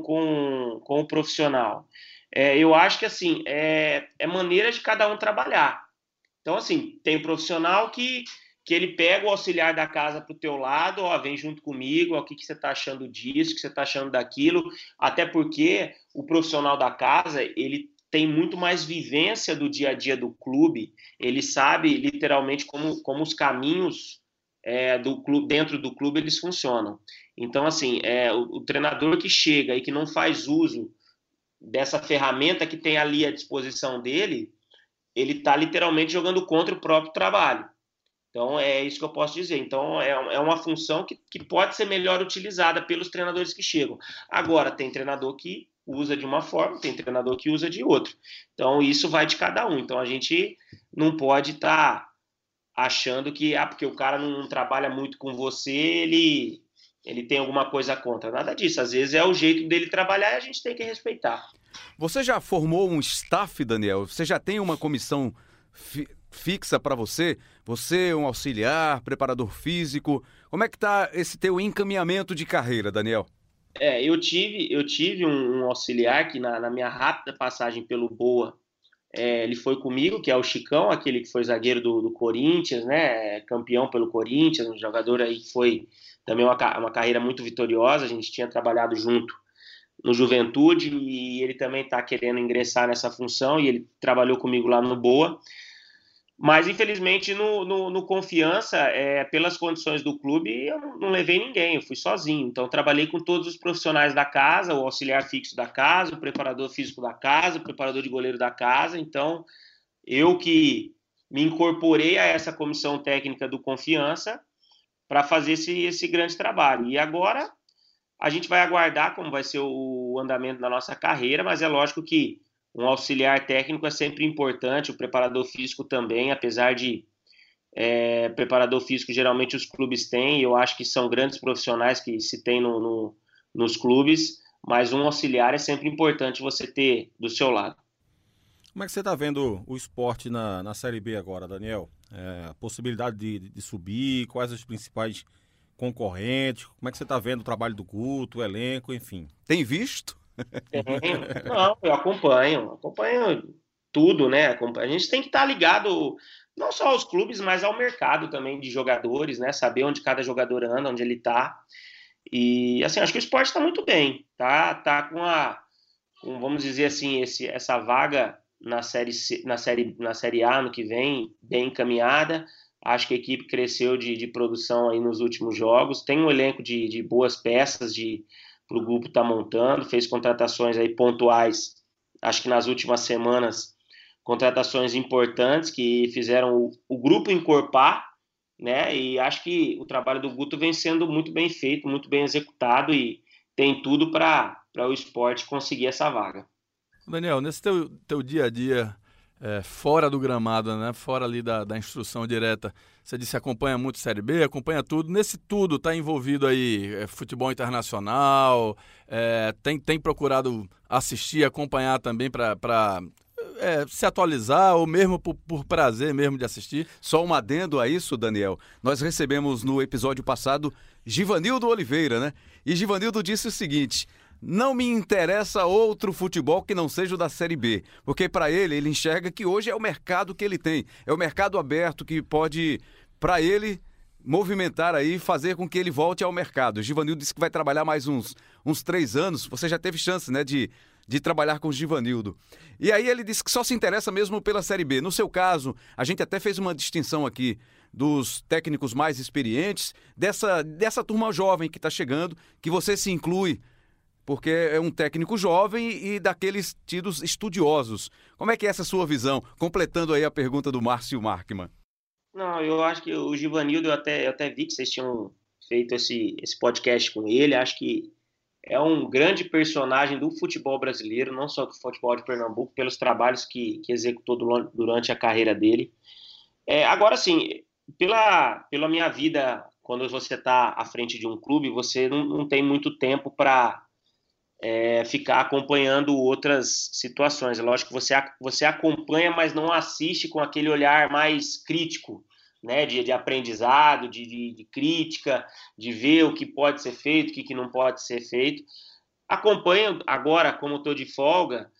o profissional. Eu acho que assim, é maneira de cada um trabalhar. Então, assim, tem um profissional que ele pega o auxiliar da casa para o teu lado, vem junto comigo, o que você está achando disso, o que você está achando daquilo, até porque o profissional da casa, ele tem muito mais vivência do dia a dia do clube, ele sabe literalmente como os caminhos do clube, dentro do clube eles funcionam. Então, assim, o treinador que chega e que não faz uso dessa ferramenta que tem ali à disposição dele, ele está literalmente jogando contra o próprio trabalho. Então, é isso que eu posso dizer. Então, é uma função que pode ser melhor utilizada pelos treinadores que chegam. Agora, tem treinador que usa de uma forma, tem treinador que usa de outra. Então, isso vai de cada um. Então, a gente não pode estar achando que, porque o cara não trabalha muito com você, ele tem alguma coisa contra. Nada disso. Às vezes é o jeito dele trabalhar e a gente tem que respeitar. Você já formou um staff, Daniel? Você já tem uma comissão fixa para você? Você, um auxiliar, preparador físico. Como é que está esse teu encaminhamento de carreira, Daniel? Eu tive um auxiliar que na minha rápida passagem pelo Boa, ele foi comigo, que é o Chicão, aquele que foi zagueiro do Corinthians, né? Campeão pelo Corinthians, um jogador aí que foi também uma carreira muito vitoriosa. A gente tinha trabalhado junto no Juventude e ele também está querendo ingressar nessa função e ele trabalhou comigo lá no Boa. Mas, infelizmente, no Confiança, pelas condições do clube, eu não levei ninguém, eu fui sozinho. Então, trabalhei com todos os profissionais da casa, o auxiliar fixo da casa, o preparador físico da casa, o preparador de goleiro da casa. Então, eu que me incorporei a essa comissão técnica do Confiança para fazer esse grande trabalho. E agora, a gente vai aguardar como vai ser o andamento da nossa carreira, mas é lógico que um auxiliar técnico é sempre importante, o preparador físico também, apesar de preparador físico geralmente os clubes têm, eu acho que são grandes profissionais que se tem nos clubes, mas um auxiliar é sempre importante você ter do seu lado. Como é que você está vendo o esporte na Série B agora, Daniel? A possibilidade de subir, quais os principais concorrentes, como é que você está vendo o trabalho do Guto, o elenco, enfim? Tem visto? Não, eu acompanho tudo, né? A gente tem que estar ligado não só aos clubes, mas ao mercado também de jogadores, né? Saber onde cada jogador anda, onde ele está. E assim, acho que o esporte está muito bem, tá com, vamos dizer assim, essa vaga na série A no que vem bem encaminhada. Acho que a equipe cresceu de produção aí nos últimos jogos. Tem um elenco de boas peças para o grupo estar montando, fez contratações aí pontuais, acho que nas últimas semanas, contratações importantes que fizeram o grupo encorpar, né? E acho que o trabalho do Guto vem sendo muito bem feito, muito bem executado e tem tudo para o esporte conseguir essa vaga. Daniel, nesse teu dia a dia, fora do gramado, né? Fora ali da instrução direta, você disse que acompanha muito Série B, acompanha tudo. Nesse tudo está envolvido aí futebol internacional, tem procurado assistir, acompanhar também para se atualizar ou mesmo por prazer mesmo de assistir? Só um adendo a isso, Daniel. Nós recebemos no episódio passado Givanildo Oliveira, né? E Givanildo disse o seguinte: não me interessa outro futebol que não seja o da Série B, porque para ele enxerga que hoje é o mercado que ele tem, é o mercado aberto que pode, para ele, movimentar aí, fazer com que ele volte ao mercado. O Givanildo disse que vai trabalhar mais uns 3 anos, você já teve chance, né, de trabalhar com o Givanildo. E aí ele disse que só se interessa mesmo pela Série B. No seu caso, a gente até fez uma distinção aqui dos técnicos mais experientes, dessa turma jovem que está chegando, que você se inclui, porque é um técnico jovem e daqueles tidos estudiosos. Como é que é essa sua visão? Completando aí a pergunta do Márcio Markman. Não, eu acho que o Givanildo, eu até vi que vocês tinham feito esse podcast com ele, acho que é um grande personagem do futebol brasileiro, não só do futebol de Pernambuco, pelos trabalhos que executou durante a carreira dele. Agora, sim, pela minha vida, quando você está à frente de um clube, você não tem muito tempo para ficar acompanhando outras situações. É lógico que você acompanha, mas não assiste com aquele olhar mais crítico, né, de aprendizado, de crítica, de ver o que pode ser feito, o que não pode ser feito. Acompanho agora, como estou de folga,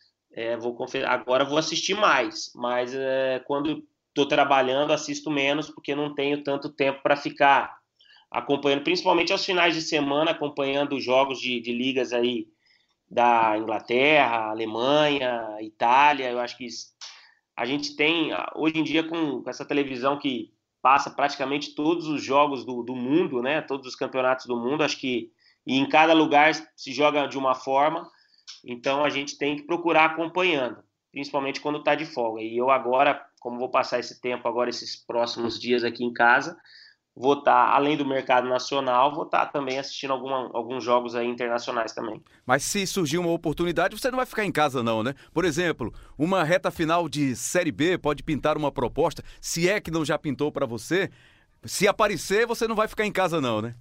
agora vou assistir mais, mas quando estou trabalhando assisto menos, porque não tenho tanto tempo para ficar acompanhando, principalmente aos finais de semana, acompanhando os jogos de ligas aí da Inglaterra, Alemanha, Itália. Eu acho que a gente tem, hoje em dia, com essa televisão que passa praticamente todos os jogos do mundo, né? Todos os campeonatos do mundo, acho que e em cada lugar se joga de uma forma, então a gente tem que procurar acompanhando, principalmente quando está de folga. E eu agora, como vou passar esse tempo agora, esses próximos dias aqui em casa, vou estar, além do mercado nacional, vou estar também assistindo alguns jogos aí internacionais também. Mas se surgir uma oportunidade, você não vai ficar em casa não, né? Por exemplo, uma reta final de Série B pode pintar uma proposta, se é que não já pintou para você, se aparecer, você não vai ficar em casa não, né?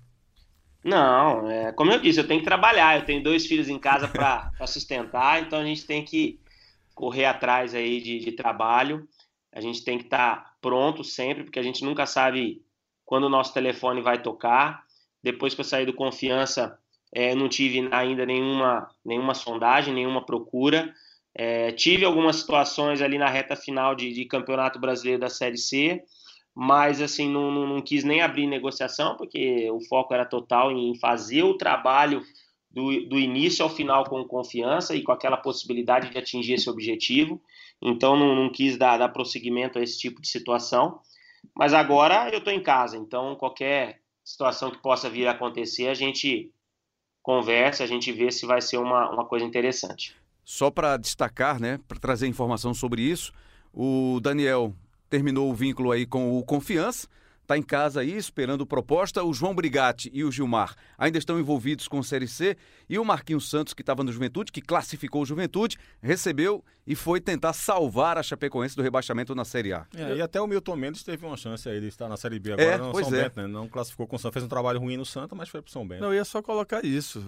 Não, como eu disse, eu tenho que trabalhar, eu tenho 2 filhos em casa para sustentar, então a gente tem que correr atrás aí de trabalho, a gente tem que estar pronto sempre, porque a gente nunca sabe quando o nosso telefone vai tocar. Depois que eu saí do Confiança, não tive ainda nenhuma sondagem, nenhuma procura. Tive algumas situações ali na reta final de Campeonato Brasileiro da Série C, mas assim, não quis nem abrir negociação, porque o foco era total em fazer o trabalho do início ao final com confiança e com aquela possibilidade de atingir esse objetivo. Então não quis dar prosseguimento a esse tipo de situação. Mas agora eu estou em casa, então qualquer situação que possa vir a acontecer, a gente conversa, a gente vê se vai ser uma coisa interessante. Só para destacar, né, para trazer informação sobre isso, o Daniel terminou o vínculo aí com o Confiança, está em casa aí esperando proposta. O João Brigatti e o Gilmar ainda estão envolvidos com a Série C, e o Marquinhos Santos, que estava no Juventude, que classificou o Juventude, recebeu e foi tentar salvar a Chapecoense do rebaixamento na Série A. E até o Milton Mendes teve uma chance aí de estar na Série B agora no São Bento, né? Não classificou com o Santa, fez um trabalho ruim no Santa, mas foi pro São Bento. Não, eu ia só colocar isso.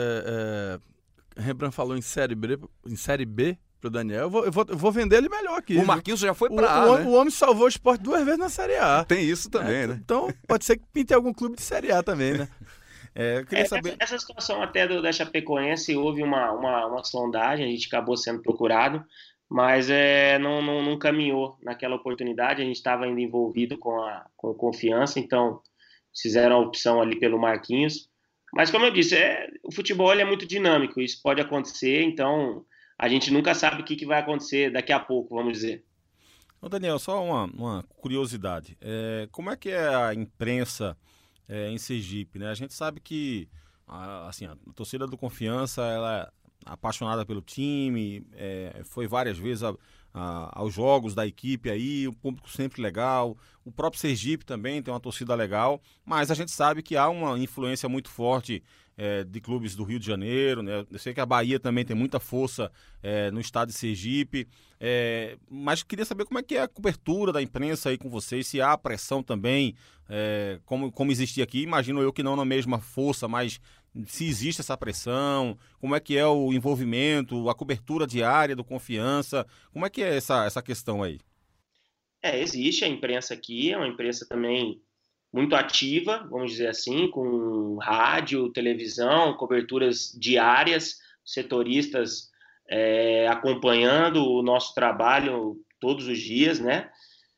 Rembrandt falou em Série B pro Daniel, eu vou vender ele melhor aqui. O Marquinhos já foi pra A, né? O homem salvou o Sport 2 vezes na Série A. Tem isso também, né? Então, pode ser que pinte algum clube de Série A também, né? Eu queria saber... Essa situação até da Chapecoense, houve uma sondagem, a gente acabou sendo procurado, mas não caminhou naquela oportunidade. A gente estava ainda envolvido com Confiança, então fizeram a opção ali pelo Marquinhos. Mas como eu disse, o futebol é muito dinâmico, isso pode acontecer, então a gente nunca sabe o que vai acontecer daqui a pouco, vamos dizer. Ô Daniel, só uma curiosidade. Como é que é a imprensa em Sergipe, né? A gente sabe que a torcida do Confiança, ela é apaixonada pelo time, foi várias vezes aos jogos da equipe aí, o público sempre legal. O próprio Sergipe também tem uma torcida legal, mas a gente sabe que há uma influência muito forte de clubes do Rio de Janeiro, né? Eu sei que a Bahia também tem muita força no estado de Sergipe, mas queria saber como é que é a cobertura da imprensa aí com vocês, se há pressão também, como existia aqui. Imagino eu que não na mesma força, mas se existe essa pressão, como é que é o envolvimento, a cobertura diária do Confiança, como é que é essa questão aí? Existe a imprensa aqui, é uma imprensa também muito ativa, vamos dizer assim, com rádio, televisão, coberturas diárias, setoristas acompanhando o nosso trabalho todos os dias, né?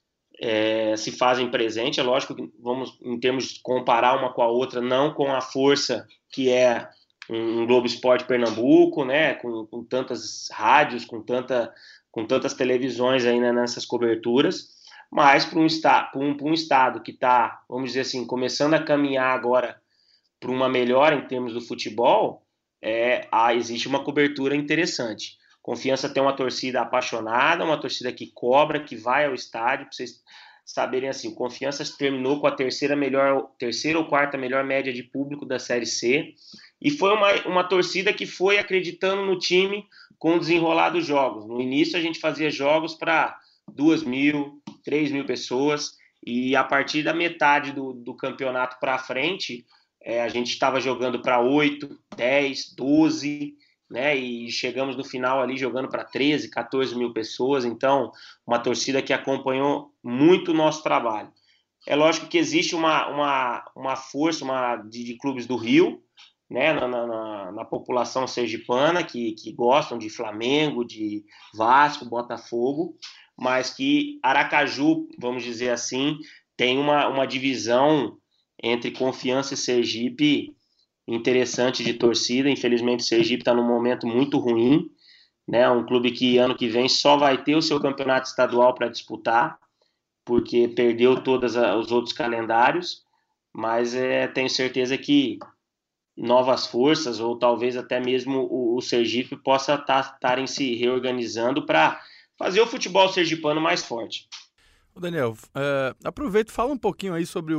Se fazem presente, é lógico que vamos, em termos de comparar uma com a outra, não com a força que é um Globo Esporte Pernambuco, né? Com tantas rádios, com tantas televisões aí, né, nessas coberturas, mas para um estado que está, vamos dizer assim, começando a caminhar agora para uma melhora em termos do futebol, existe uma cobertura interessante. Confiança tem uma torcida apaixonada, uma torcida que cobra, que vai ao estádio. Para vocês saberem, assim, o Confiança terminou com a terceira ou quarta melhor média de público da Série C, e foi uma torcida que foi acreditando no time com o desenrolar dos jogos. No início a gente fazia jogos para 2.000, 3.000 pessoas, e a partir da metade do campeonato para frente, a gente estava jogando para 8, 10, 12, né? E chegamos no final ali jogando para 13, 14 mil pessoas. Então, uma torcida que acompanhou muito o nosso trabalho. É lógico que existe uma força de clubes do Rio, né, na população sergipana, que gostam de Flamengo, de Vasco, Botafogo, mas que Aracaju, vamos dizer assim, tem uma divisão entre Confiança e Sergipe interessante de torcida. Infelizmente o Sergipe está num momento muito ruim, né? Um clube que ano que vem só vai ter o seu campeonato estadual para disputar, porque perdeu todos os outros calendários, mas tenho certeza que novas forças, ou talvez até mesmo o Sergipe possa estarem se reorganizando para fazer o futebol sergipano mais forte. Daniel, aproveita e fala um pouquinho aí sobre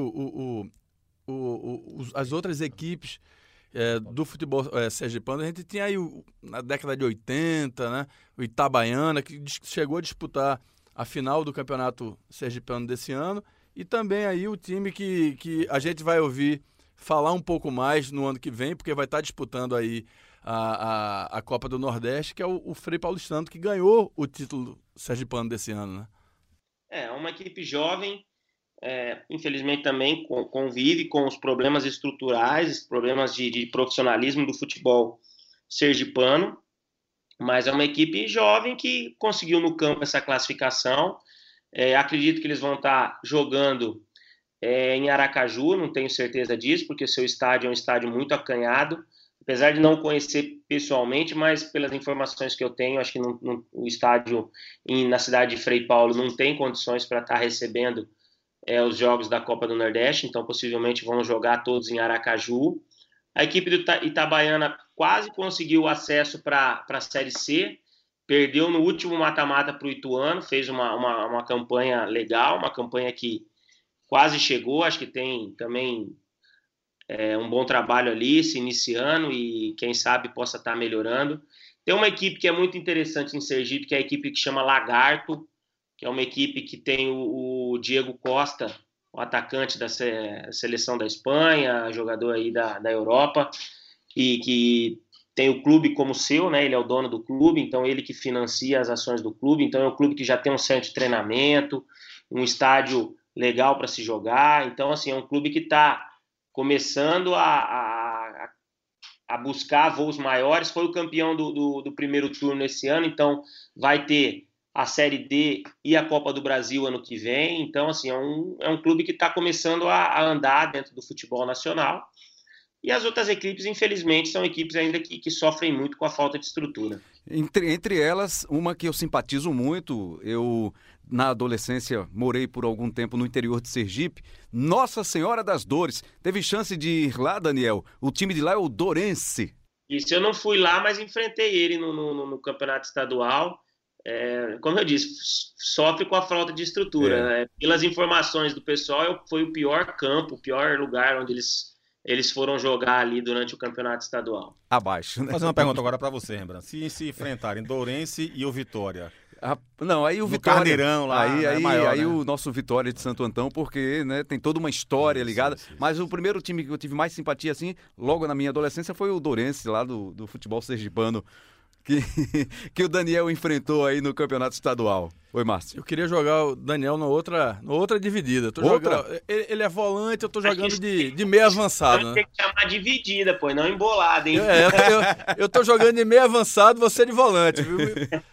as outras equipes do futebol sergipano. A gente tinha aí na década de 80, né, o Itabaiana, que chegou a disputar a final do campeonato sergipano desse ano, e também aí o time que a gente vai ouvir falar um pouco mais no ano que vem, porque vai estar disputando aí a Copa do Nordeste, que é o Frei Paulistano, que ganhou o título sergipano desse ano, né? É uma equipe jovem, infelizmente também convive com os problemas estruturais, problemas de profissionalismo do futebol sergipano, mas é uma equipe jovem que conseguiu no campo essa classificação. Acredito que eles vão estar jogando em Aracaju, não tenho certeza disso, porque seu estádio é um estádio muito acanhado, apesar de não conhecer pessoalmente, mas pelas informações que eu tenho, acho que o estádio na cidade de Frei Paulo não tem condições para estar recebendo os jogos da Copa do Nordeste, então possivelmente vão jogar todos em Aracaju. A equipe do Itabaiana quase conseguiu acesso para a Série C, perdeu no último mata-mata para o Ituano, fez uma campanha legal, uma campanha que quase chegou, acho que tem também um bom trabalho ali, se iniciando, e quem sabe possa estar melhorando. Tem uma equipe que é muito interessante em Sergipe, que é a equipe que chama Lagarto, que é uma equipe que tem o Diego Costa, o atacante da seleção da Espanha, jogador aí da Europa, que tem o clube como seu, né? Ele é o dono do clube, então ele que financia as ações do clube, então é um clube que já tem um centro de treinamento, um estádio legal para se jogar, então assim, é um clube que está começando a buscar voos maiores, foi o campeão do primeiro turno esse ano, então vai ter a Série D e a Copa do Brasil ano que vem, então assim, é um clube que está começando a andar dentro do futebol nacional, e as outras equipes, infelizmente, são equipes ainda que sofrem muito com a falta de estrutura. Entre elas, uma que eu simpatizo muito, eu na adolescência morei por algum tempo no interior de Sergipe, Nossa Senhora das Dores. Teve chance de ir lá, Daniel? O time de lá é o Dourense. Isso, eu não fui lá, mas enfrentei ele no campeonato estadual. Como eu disse, sofre com a falta de estrutura. Pelas informações do pessoal, foi o pior campo, o pior lugar onde eles foram jogar ali durante o campeonato estadual. Abaixo, né? Vou fazer uma pergunta agora para você, Rembrandt. Se enfrentarem Dourense e o Vitória... Não, aí o no Vitória... Carneirão lá, aí, maior, aí né? o nosso Vitória de Santo Antão, porque né, tem toda uma história ligada. Isso. Mas o primeiro time que eu tive mais simpatia, assim, logo na minha adolescência, foi o Dourense, lá do futebol sergipano, que o Daniel enfrentou aí no campeonato estadual. Oi, Márcio. Eu queria jogar o Daniel na outra dividida. Ele é volante, eu tô jogando de meio avançado. Né? Tem que chamar dividida, pô, não embolada, hein? Eu tô jogando de meio avançado, você de volante, viu?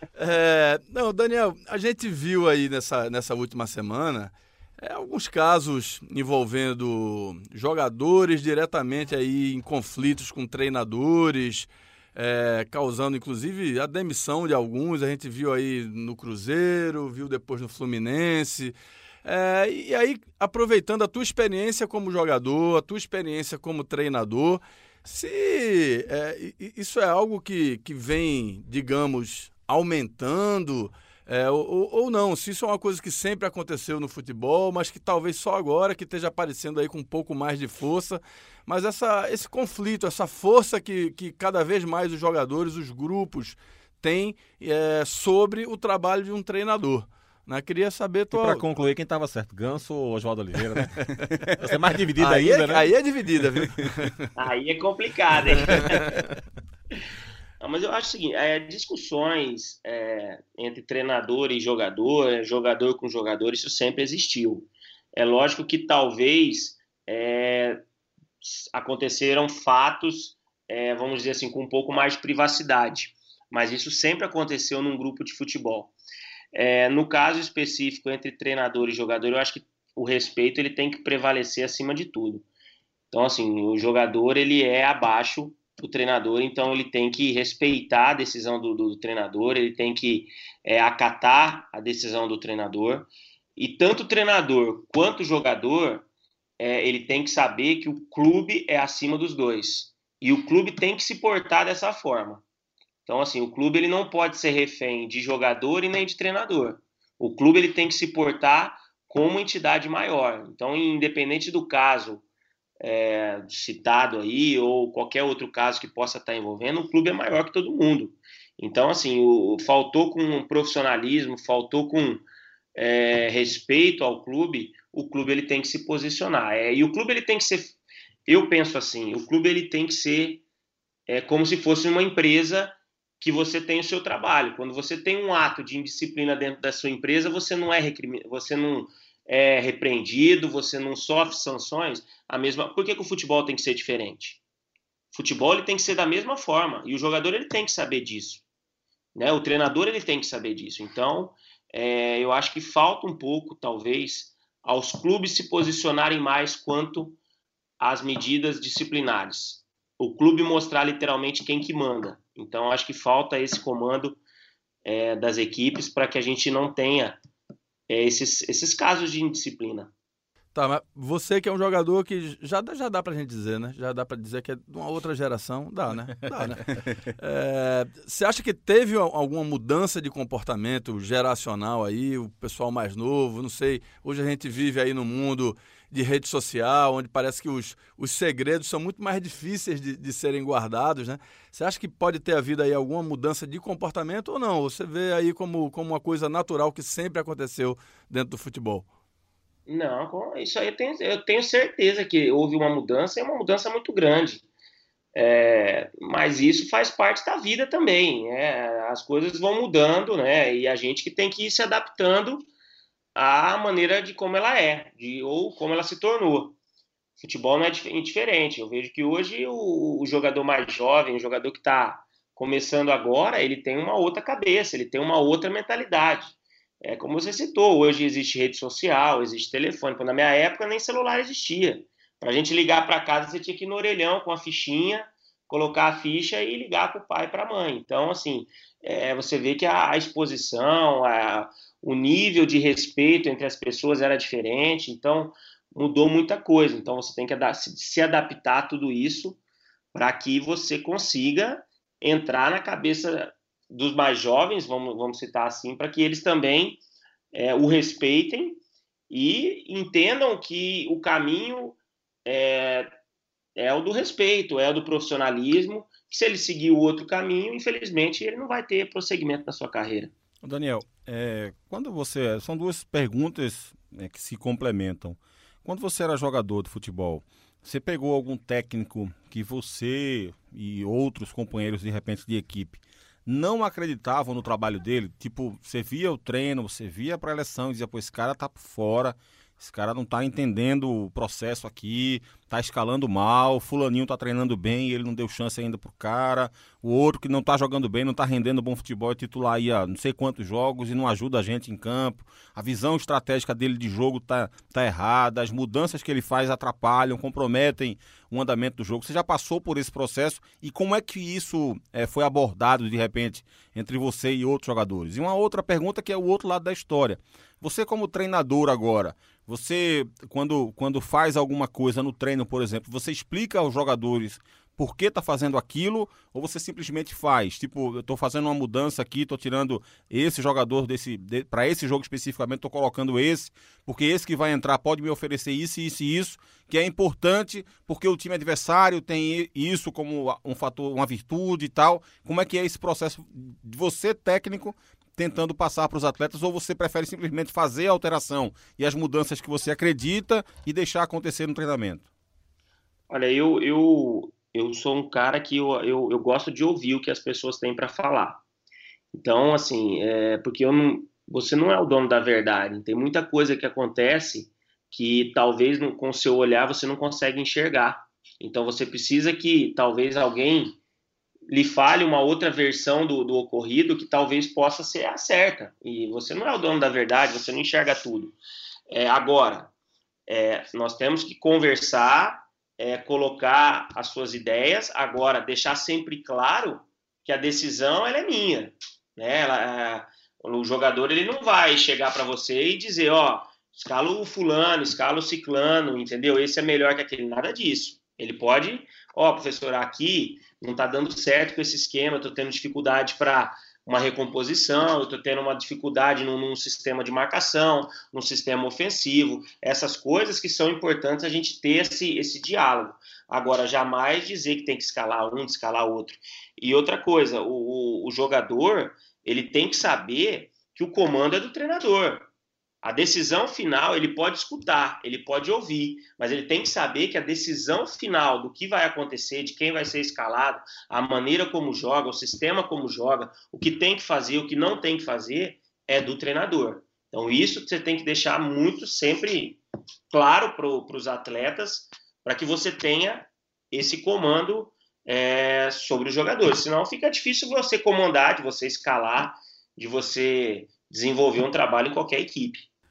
Não, Daniel, a gente viu aí nessa última semana alguns casos envolvendo jogadores diretamente aí em conflitos com treinadores, causando inclusive a demissão de alguns. A gente viu aí no Cruzeiro, viu depois no Fluminense. E aí, aproveitando a tua experiência como jogador, a tua experiência como treinador, se isso é algo que vem, digamos, aumentando, ou não, se isso é uma coisa que sempre aconteceu no futebol, mas que talvez só agora que esteja aparecendo aí com um pouco mais de força, mas esse conflito, essa força que cada vez mais os jogadores, os grupos têm sobre o trabalho de um treinador. Né? Queria saber... E para concluir, quem estava certo, Ganso ou Oswaldo Oliveira, né? Você é mais dividida ainda, né? Aí é dividida, viu? Aí é complicado, hein? Não, mas eu acho o seguinte, discussões entre treinador e jogador, jogador com jogador, isso sempre existiu. É lógico que talvez aconteceram fatos, vamos dizer assim, com um pouco mais de privacidade, mas isso sempre aconteceu num grupo de futebol. No caso específico entre treinador e jogador, eu acho que o respeito ele tem que prevalecer acima de tudo. Então, assim, o jogador ele é abaixo do treinador, então ele tem que respeitar a decisão do treinador, ele tem que acatar a decisão do treinador, e tanto o treinador quanto o jogador, ele tem que saber que o clube é acima dos dois, e o clube tem que se portar dessa forma. Então, assim, o clube ele não pode ser refém de jogador e nem de treinador. O clube ele tem que se portar como entidade maior. Então, independente do caso citado aí, ou qualquer outro caso que possa estar envolvendo, o clube é maior que todo mundo. Então, assim, faltou com profissionalismo, faltou com respeito ao clube, o clube ele tem que se posicionar. E o clube ele tem que ser, eu penso assim, o clube ele tem que ser como se fosse uma empresa que você tem o seu trabalho. Quando você tem um ato de indisciplina dentro da sua empresa, você não é repreendido, você não sofre sanções. Por que o futebol tem que ser diferente? O futebol ele tem que ser da mesma forma, e o jogador ele tem que saber disso, né? O treinador ele tem que saber disso. Então, eu acho que falta um pouco, talvez, aos clubes se posicionarem mais quanto às medidas disciplinares. o clube mostrar literalmente quem que manda. Então, acho que falta esse comando das equipes para que a gente não tenha esses casos de indisciplina. Tá, mas você que é um jogador que já dá pra gente dizer, né? Já dá pra dizer que é de uma outra geração. Dá, né? Dá, né? Você acha que teve alguma mudança de comportamento geracional aí, o pessoal mais novo, não sei, hoje a gente vive aí no mundo de rede social, onde parece que os segredos são muito mais difíceis de serem guardados, né? Você acha que pode ter havido aí alguma mudança de comportamento ou não? Você vê aí como uma coisa natural que sempre aconteceu dentro do futebol? Não, isso aí eu tenho certeza que houve uma mudança, e uma mudança muito grande. Mas isso faz parte da vida também. As coisas vão mudando, né? E a gente que tem que ir se adaptando à maneira de como ela ou como ela se tornou. Futebol não é indiferente. Eu vejo que hoje o jogador mais jovem, o jogador que está começando agora, ele tem uma outra cabeça, ele tem uma outra mentalidade. Como você citou, hoje existe rede social, existe telefone. Na minha época nem celular existia. Para a gente ligar para casa, você tinha que ir no orelhão com a fichinha, colocar a ficha e ligar para o pai e para a mãe. Então, assim, você vê que a exposição, o nível de respeito entre as pessoas era diferente. Então, mudou muita coisa. Então, você tem que se adaptar a tudo isso para que você consiga entrar na cabeça dos mais jovens, vamos citar assim, para que eles também o respeitem e entendam que o caminho é o do respeito, é o do profissionalismo, que se ele seguir o outro caminho, infelizmente, ele não vai ter prosseguimento na sua carreira. Daniel, são duas perguntas que se complementam. Quando você era jogador de futebol, você pegou algum técnico que você e outros companheiros, de repente, de equipe, não acreditavam no trabalho dele? Tipo, você via o treino, você via a pré-eleção e dizia, pô, esse cara tá por fora, esse cara não tá entendendo o processo aqui, tá escalando mal, fulaninho tá treinando bem e ele não deu chance ainda pro cara, o outro que não tá jogando bem, não tá rendendo bom futebol, é titular aí há não sei quantos jogos e não ajuda a gente em campo, a visão estratégica dele de jogo tá errada, as mudanças que ele faz atrapalham, comprometem o andamento do jogo. Você já passou por esse processo e como é que isso foi abordado de repente entre você e outros jogadores? E uma outra pergunta que é o outro lado da história. Você como treinador agora, você quando faz alguma coisa no treino, por exemplo, você explica aos jogadores por que está fazendo aquilo ou você simplesmente faz? Tipo, eu estou fazendo uma mudança aqui, estou tirando esse jogador para esse jogo especificamente, estou colocando esse, porque esse que vai entrar pode me oferecer isso, isso e isso, que é importante porque o time adversário tem isso como um fator, uma virtude e tal. Como é que é esse processo de você, técnico, tentando passar para os atletas, ou você prefere simplesmente fazer a alteração e as mudanças que você acredita e deixar acontecer no treinamento? Olha, eu sou um cara que eu gosto de ouvir o que as pessoas têm para falar. Então, assim, porque você não é o dono da verdade. Tem muita coisa que acontece que talvez com o seu olhar você não consegue enxergar. Então, você precisa que talvez alguém lhe fale uma outra versão do ocorrido que talvez possa ser a certa. E você não é o dono da verdade, você não enxerga tudo. Agora, nós temos que conversar, colocar as suas ideias, agora deixar sempre claro que a decisão ela é minha. Né? O jogador ele não vai chegar para você e dizer, escala o fulano, escala o ciclano, entendeu? Esse é melhor que aquele, nada disso. Ele pode, professor, aqui não está dando certo com esse esquema, eu estou tendo dificuldade para uma recomposição, eu estou tendo uma dificuldade num sistema de marcação, num sistema ofensivo, essas coisas que são importantes a gente ter esse diálogo. Agora, jamais dizer que tem que escalar um, escalar outro. E outra coisa, o jogador, ele tem que saber que o comando é do treinador. A decisão final, ele pode escutar, ele pode ouvir, mas ele tem que saber que a decisão final do que vai acontecer, de quem vai ser escalado, a maneira como joga, o sistema como joga, o que tem que fazer, o que não tem que fazer, é do treinador. Então, isso você tem que deixar muito sempre claro para os atletas, para que você tenha esse comando sobre os jogadores. Senão fica difícil você comandar, de você escalar, de você desenvolver um trabalho em qualquer equipe.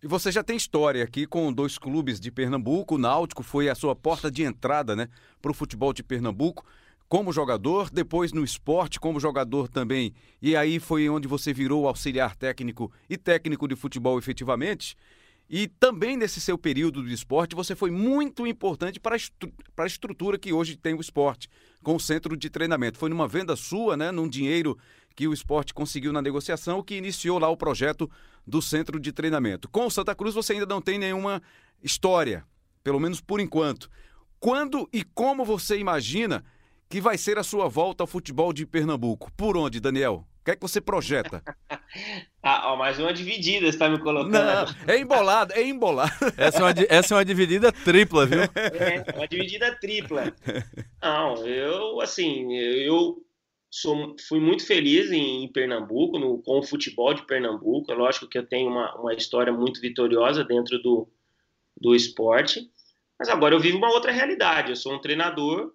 E você já tem história aqui com 2 clubes de Pernambuco. O Náutico foi a sua porta de entrada, né, para o futebol de Pernambuco, como jogador, depois no esporte como jogador também. E aí foi onde você virou auxiliar técnico e técnico de futebol efetivamente. E também nesse seu período do esporte, você foi muito importante para a estrutura que hoje tem o esporte, com o centro de treinamento. Foi numa venda sua, né, num dinheiro que o esporte conseguiu na negociação, que iniciou lá o projeto do centro de treinamento. Com o Santa Cruz você ainda não tem nenhuma história, pelo menos por enquanto. Quando e como você imagina que vai ser a sua volta ao futebol de Pernambuco? Por onde, Daniel? O que é que você projeta? Mais uma dividida, você está me colocando. Não, é embolado, é embolado. Essa é uma dividida tripla, viu? É, uma dividida tripla. Não, eu fui muito feliz em Pernambuco, com o futebol de Pernambuco. É lógico que eu tenho uma história muito vitoriosa dentro do esporte, mas agora eu vivo uma outra realidade. Eu sou um treinador,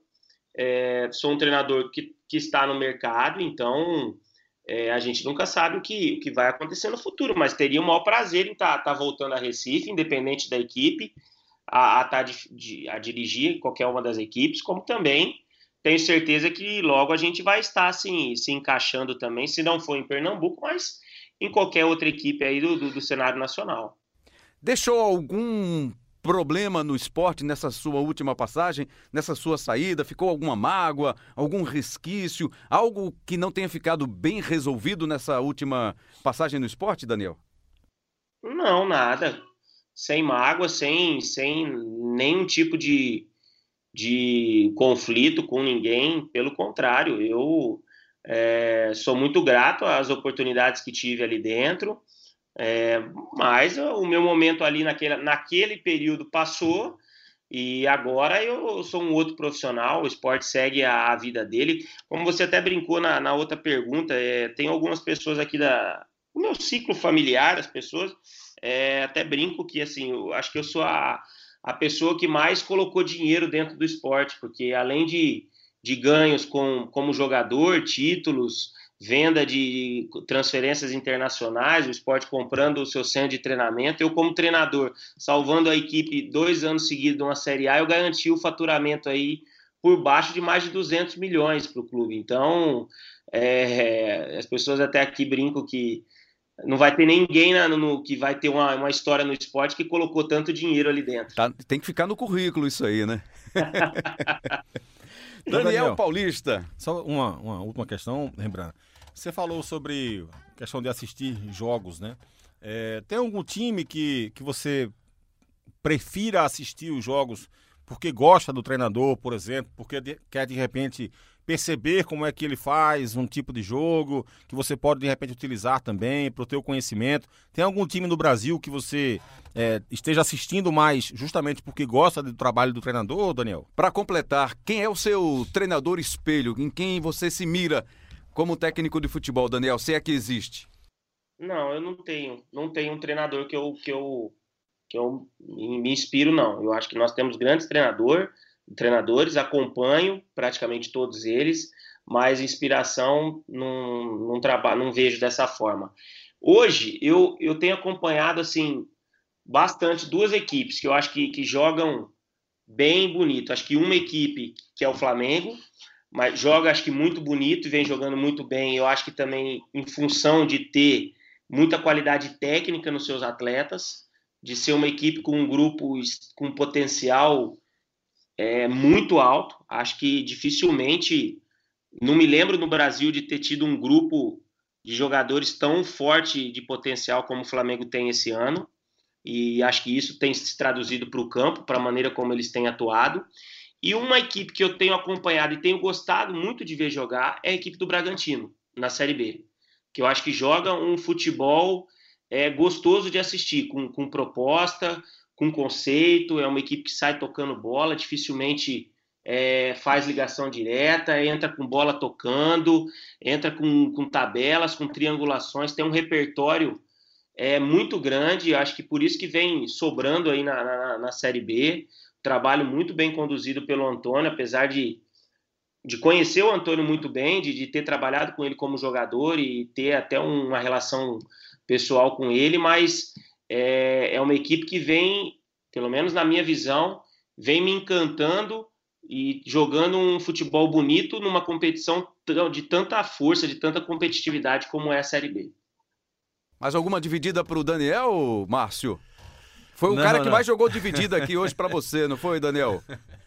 que está no mercado, então a gente nunca sabe o que vai acontecer no futuro, mas teria o maior prazer em estar voltando a Recife, independente da equipe, a dirigir qualquer uma das equipes, como também tenho certeza que logo a gente vai estar se encaixando também, se não for em Pernambuco, mas em qualquer outra equipe aí do cenário nacional. Deixou algum problema no esporte nessa sua última passagem, nessa sua saída? Ficou alguma mágoa, algum resquício, algo que não tenha ficado bem resolvido nessa última passagem no esporte, Daniel? Não, nada. Sem mágoa, sem nenhum tipo de conflito com ninguém. Pelo contrário, eu sou muito grato às oportunidades que tive ali dentro. Mas o meu momento ali naquele período passou e agora eu sou um outro profissional, o esporte segue a vida dele. Como você até brincou na outra pergunta, tem algumas pessoas aqui do meu ciclo familiar, as pessoas, até brinco que assim, eu acho que eu sou a pessoa que mais colocou dinheiro dentro do esporte, porque além de ganhos como jogador, títulos, venda de transferências internacionais, o esporte comprando o seu centro de treinamento, eu como treinador, salvando a equipe 2 anos seguidos de uma Série A, eu garanti o faturamento aí por baixo de mais de 200 milhões para o clube. Então, as pessoas até aqui brincam que não vai ter ninguém que vai ter uma história no esporte que colocou tanto dinheiro ali dentro. Tem que ficar no currículo isso aí, né? Daniel Paulista. Só uma última questão, lembrando. Você falou sobre a questão de assistir jogos, né? Tem algum time que você prefira assistir os jogos porque gosta do treinador, por exemplo, porque quer de repente perceber como é que ele faz um tipo de jogo, que você pode de repente utilizar também para o teu conhecimento? Tem algum time no Brasil que você esteja assistindo mais justamente porque gosta do trabalho do treinador, Daniel? Para completar, quem é o seu treinador espelho? Em quem você se mira como técnico de futebol, Daniel? Se é que existe? Não, eu não tenho um treinador que eu me inspiro, não. Eu acho que nós temos grandes treinadores, acompanho praticamente todos eles, mas inspiração não vejo dessa forma. Hoje, eu tenho acompanhado assim, bastante 2 equipes que eu acho que jogam bem bonito. Acho que uma equipe, que é o Flamengo, mas joga acho que muito bonito e vem jogando muito bem. Eu acho que também em função de ter muita qualidade técnica nos seus atletas, de ser uma equipe com um grupo com potencial muito alto. Acho que dificilmente, não me lembro no Brasil de ter tido um grupo de jogadores tão forte de potencial como o Flamengo tem esse ano, e acho que isso tem se traduzido para o campo, para a maneira como eles têm atuado. E uma equipe que eu tenho acompanhado e tenho gostado muito de ver jogar é a equipe do Bragantino, na Série B, que eu acho que joga um futebol gostoso de assistir, com proposta, com conceito. É uma equipe que sai tocando bola, dificilmente faz ligação direta, entra com bola tocando, entra com tabelas, com triangulações, tem um repertório muito grande. Acho que por isso que vem sobrando aí na Série B. Trabalho muito bem conduzido pelo Antônio, apesar de conhecer o Antônio muito bem, de ter trabalhado com ele como jogador e ter até uma relação pessoal com ele, mas é uma equipe que vem, pelo menos na minha visão, vem me encantando e jogando um futebol bonito numa competição de tanta força, de tanta competitividade como é a Série B. Mais alguma dividida para o Daniel, Márcio? Foi o cara que mais jogou dividida aqui hoje para você, não foi, Daniel?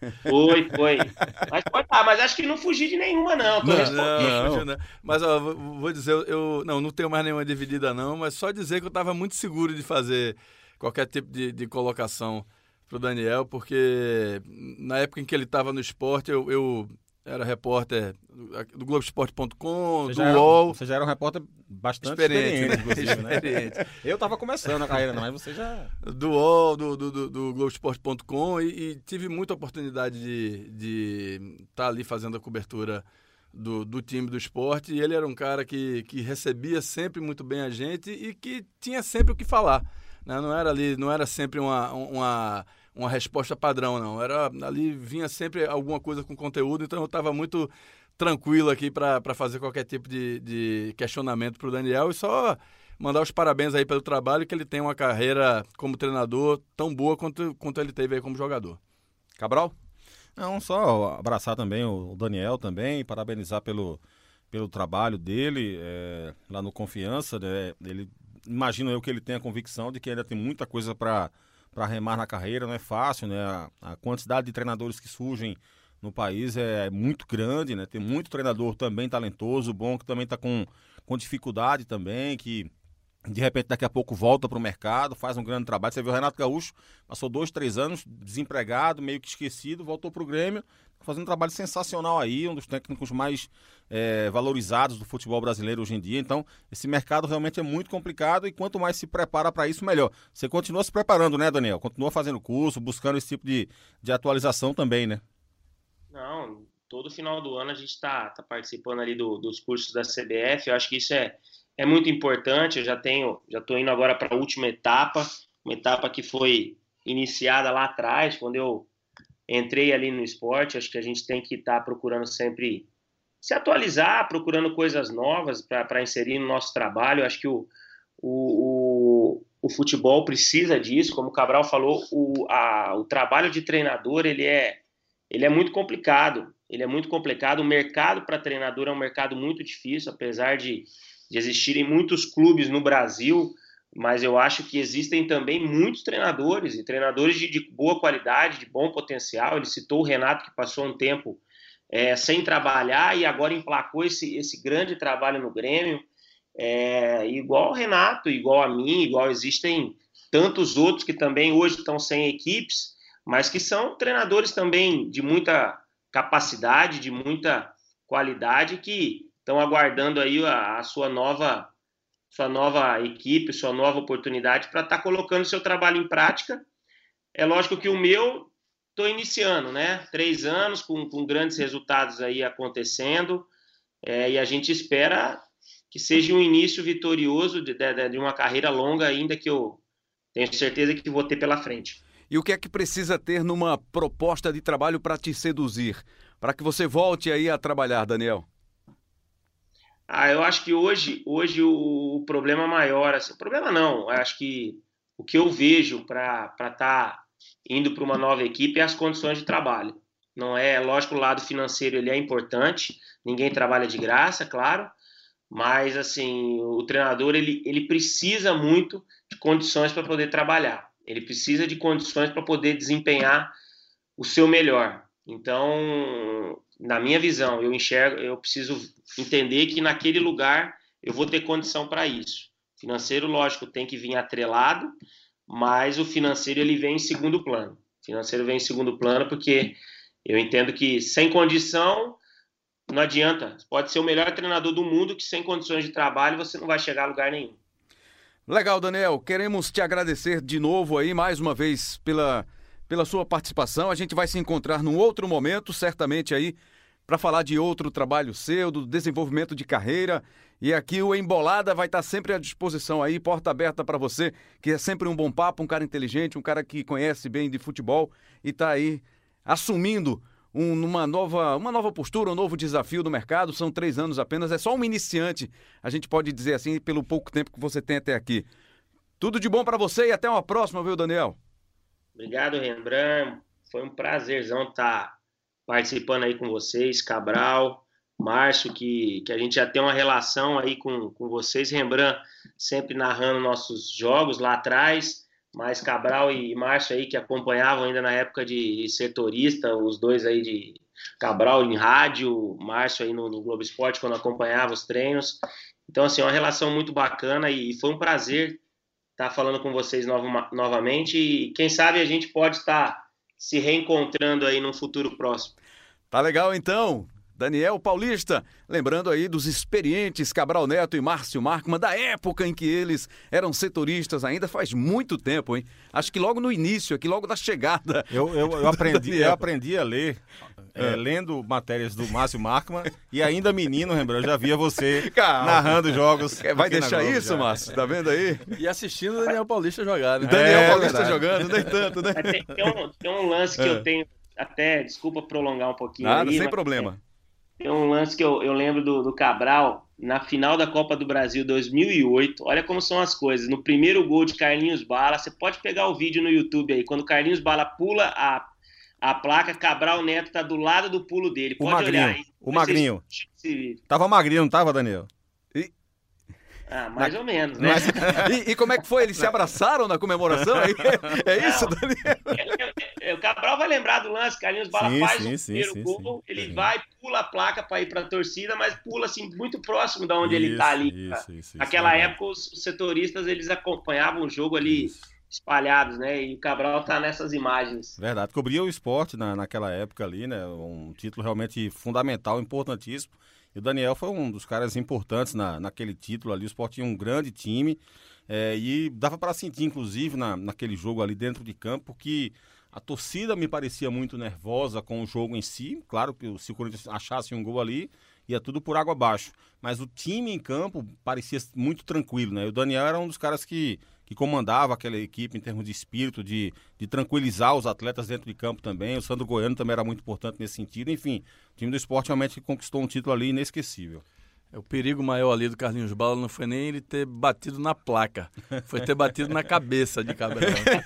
Foi. Mas acho que não fugi de nenhuma, não. Não. Mas ó, vou dizer, eu não tenho mais nenhuma dividida, não, mas só dizer que eu estava muito seguro de fazer qualquer tipo de colocação pro Daniel, porque na época em que ele estava no esporte, eu era repórter do Globoesporte.com, do UOL. Você já era um repórter bastante experiente, inclusive, né? Eu estava começando a carreira, mas você já... Do UOL, do Globoesporte.com e tive muita oportunidade de estar ali fazendo a cobertura do time do esporte, e ele era um cara que recebia sempre muito bem a gente e que tinha sempre o que falar, né? Não era sempre uma resposta padrão, não. Ali vinha sempre alguma coisa com conteúdo, então eu estava muito tranquilo aqui para fazer qualquer tipo de questionamento para o Daniel, e só mandar os parabéns aí pelo trabalho, que ele tem uma carreira como treinador tão boa quanto ele teve aí como jogador. Cabral? Não, só abraçar também o Daniel também, parabenizar pelo trabalho dele lá no Confiança, né? Ele, imagino eu que ele tenha a convicção de que ainda tem muita coisa para remar na carreira, não é fácil, né? A quantidade de treinadores que surgem no país é muito grande, né? Tem muito treinador também talentoso, bom, que também está com dificuldade também, que de repente daqui a pouco volta para o mercado, faz um grande trabalho. Você viu o Renato Gaúcho, passou 2-3 anos desempregado, meio que esquecido, voltou para o Grêmio, fazendo um trabalho sensacional aí, um dos técnicos mais valorizados do futebol brasileiro hoje em dia. Então, esse mercado realmente é muito complicado e quanto mais se prepara para isso, melhor. Você continua se preparando, né, Daniel? Continua fazendo curso, buscando esse tipo de atualização também, né? Não, todo final do ano a gente está participando ali dos cursos da CBF. Eu acho que isso é muito importante. Eu já estou indo agora para a última etapa, uma etapa que foi iniciada lá atrás, quando eu entrei ali no esporte. Acho que a gente tem que estar procurando sempre se atualizar, procurando coisas novas para inserir no nosso trabalho. Eu acho que o futebol precisa disso. Como o Cabral falou, o trabalho de treinador ele é muito complicado. Ele é muito complicado. O mercado para treinador é um mercado muito difícil, apesar de existirem muitos clubes no Brasil, mas eu acho que existem também muitos treinadores, e treinadores de boa qualidade, de bom potencial. Ele citou o Renato, que passou um tempo sem trabalhar e agora emplacou esse grande trabalho no Grêmio. Igual o Renato, igual a mim, igual existem tantos outros que também hoje estão sem equipes, mas que são treinadores também de muita capacidade, de muita qualidade, que estão aguardando aí a sua nova equipe, sua nova oportunidade para estar colocando seu trabalho em prática. É lógico que o meu estou iniciando, né? 3 anos com grandes resultados aí acontecendo, e a gente espera que seja um início vitorioso de uma carreira longa ainda, que eu tenho certeza que vou ter pela frente. E o que é que precisa ter numa proposta de trabalho para te seduzir, para que você volte aí a trabalhar, Daniel? Eu acho que hoje o problema maior, assim, problema não, eu acho que o que eu vejo para estar indo para uma nova equipe é as condições de trabalho. Não é, lógico, o lado financeiro ele é importante, ninguém trabalha de graça, claro, mas assim, o treinador ele precisa muito de condições para poder trabalhar, ele precisa de condições para poder desempenhar o seu melhor. Então, na minha visão, eu preciso entender que naquele lugar eu vou ter condição para isso. Financeiro, lógico, tem que vir atrelado, mas o financeiro ele vem em segundo plano. O financeiro vem em segundo plano porque eu entendo que sem condição não adianta. Pode ser o melhor treinador do mundo que sem condições de trabalho você não vai chegar a lugar nenhum. Legal, Daniel. Queremos te agradecer de novo aí, mais uma vez, pela sua participação. A gente vai se encontrar num outro momento, certamente aí, para falar de outro trabalho seu, do desenvolvimento de carreira. E aqui o Embolada vai estar sempre à disposição aí, porta aberta para você, que é sempre um bom papo, um cara inteligente, um cara que conhece bem de futebol e está aí assumindo uma nova postura, um novo desafio do mercado. São 3 anos apenas, é só um iniciante, a gente pode dizer assim, pelo pouco tempo que você tem até aqui. Tudo de bom para você e até uma próxima, viu, Daniel? Obrigado, Rembrandt. Foi um prazerzão estar participando aí com vocês, Cabral, Márcio, que a gente já tem uma relação aí com vocês. Rembrandt sempre narrando nossos jogos lá atrás, mas Cabral e Márcio aí que acompanhavam ainda na época de setorista, os dois aí de Cabral em rádio, Márcio aí no Globo Esporte quando acompanhava os treinos. Então, assim, uma relação muito bacana e foi um prazer estar falando com vocês novamente e quem sabe a gente pode estar se reencontrando aí num futuro próximo. Tá legal, então. Daniel Paulista, lembrando aí dos experientes Cabral Neto e Márcio Markman, da época em que eles eram setoristas, ainda faz muito tempo, hein? Acho que logo no início, aqui logo da chegada. Eu aprendi a ler, lendo matérias do Márcio Markman, e ainda menino, Rembrandt, eu já via você narrando jogos. Vai deixar isso, Márcio? Tá vendo aí? E assistindo o Daniel Paulista jogar, né? Daniel Paulista jogando, nem tanto, né? Tem um lance que eu tenho, até, desculpa prolongar um pouquinho. Nada, aí, sem problema. Tem um lance que eu lembro do Cabral, na final da Copa do Brasil 2008, olha como são as coisas, no primeiro gol de Carlinhos Bala, você pode pegar o vídeo no YouTube aí, quando Carlinhos Bala pula a placa, Cabral Neto tá do lado do pulo dele, pode magrinho, olhar aí. O magrinho. Tava magrinho, não tava, Daniel? Mais ou menos, né? E como é que foi? Eles se abraçaram na comemoração? É isso, Daniel? O Cabral vai lembrar do lance, Carlinhos Bala faz o primeiro gol, ele vai, pula a placa para ir para a torcida, mas pula assim muito próximo de onde ele tá ali. Naquela época os setoristas eles acompanhavam o jogo ali espalhados, né? E o Cabral tá nessas imagens. Verdade, cobria o esporte naquela época ali, né? Um título realmente fundamental, importantíssimo. E o Daniel foi um dos caras importantes naquele título ali. O Sport tinha um grande time e dava para sentir, inclusive, naquele jogo ali dentro de campo, que a torcida me parecia muito nervosa com o jogo em si. Claro que se o Corinthians achasse um gol ali, ia tudo por água abaixo. Mas o time em campo parecia muito tranquilo, né? E o Daniel era um dos caras que comandava aquela equipe em termos de espírito, de tranquilizar os atletas dentro de campo também. O Sandro Goiano também era muito importante nesse sentido. Enfim, o time do Sport realmente conquistou um título ali inesquecível. O perigo maior ali do Carlinhos Bala não foi nem ele ter batido na placa, foi ter batido na cabeça de Cabral.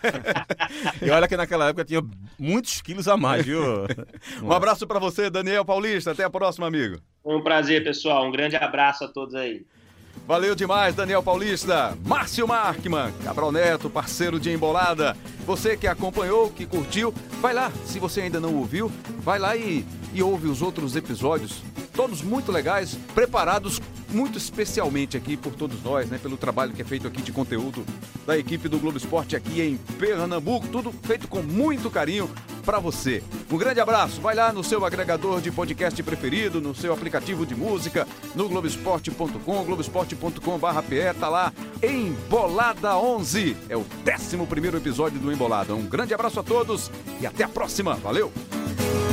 E olha que naquela época tinha muitos quilos a mais, viu? Um abraço para você, Daniel Paulista. Até a próxima, amigo. Foi um prazer, pessoal. Um grande abraço a todos aí. Valeu demais, Daniel Paulista. Márcio Markman, Cabral Neto, parceiro de Embolada. Você que acompanhou, que curtiu, vai lá. Se você ainda não ouviu, vai lá e ouve os outros episódios. Todos muito legais, preparados muito especialmente aqui por todos nós, né? Pelo trabalho que é feito aqui de conteúdo da equipe do Globo Esporte aqui em Pernambuco. Tudo feito com muito carinho para você. Um grande abraço. Vai lá no seu agregador de podcast preferido, no seu aplicativo de música, no Globoesporte.com, Globoesporte.com/PE, tá lá Embolada 11. É o 11º episódio do Embolada. Um grande abraço a todos e até a próxima. Valeu!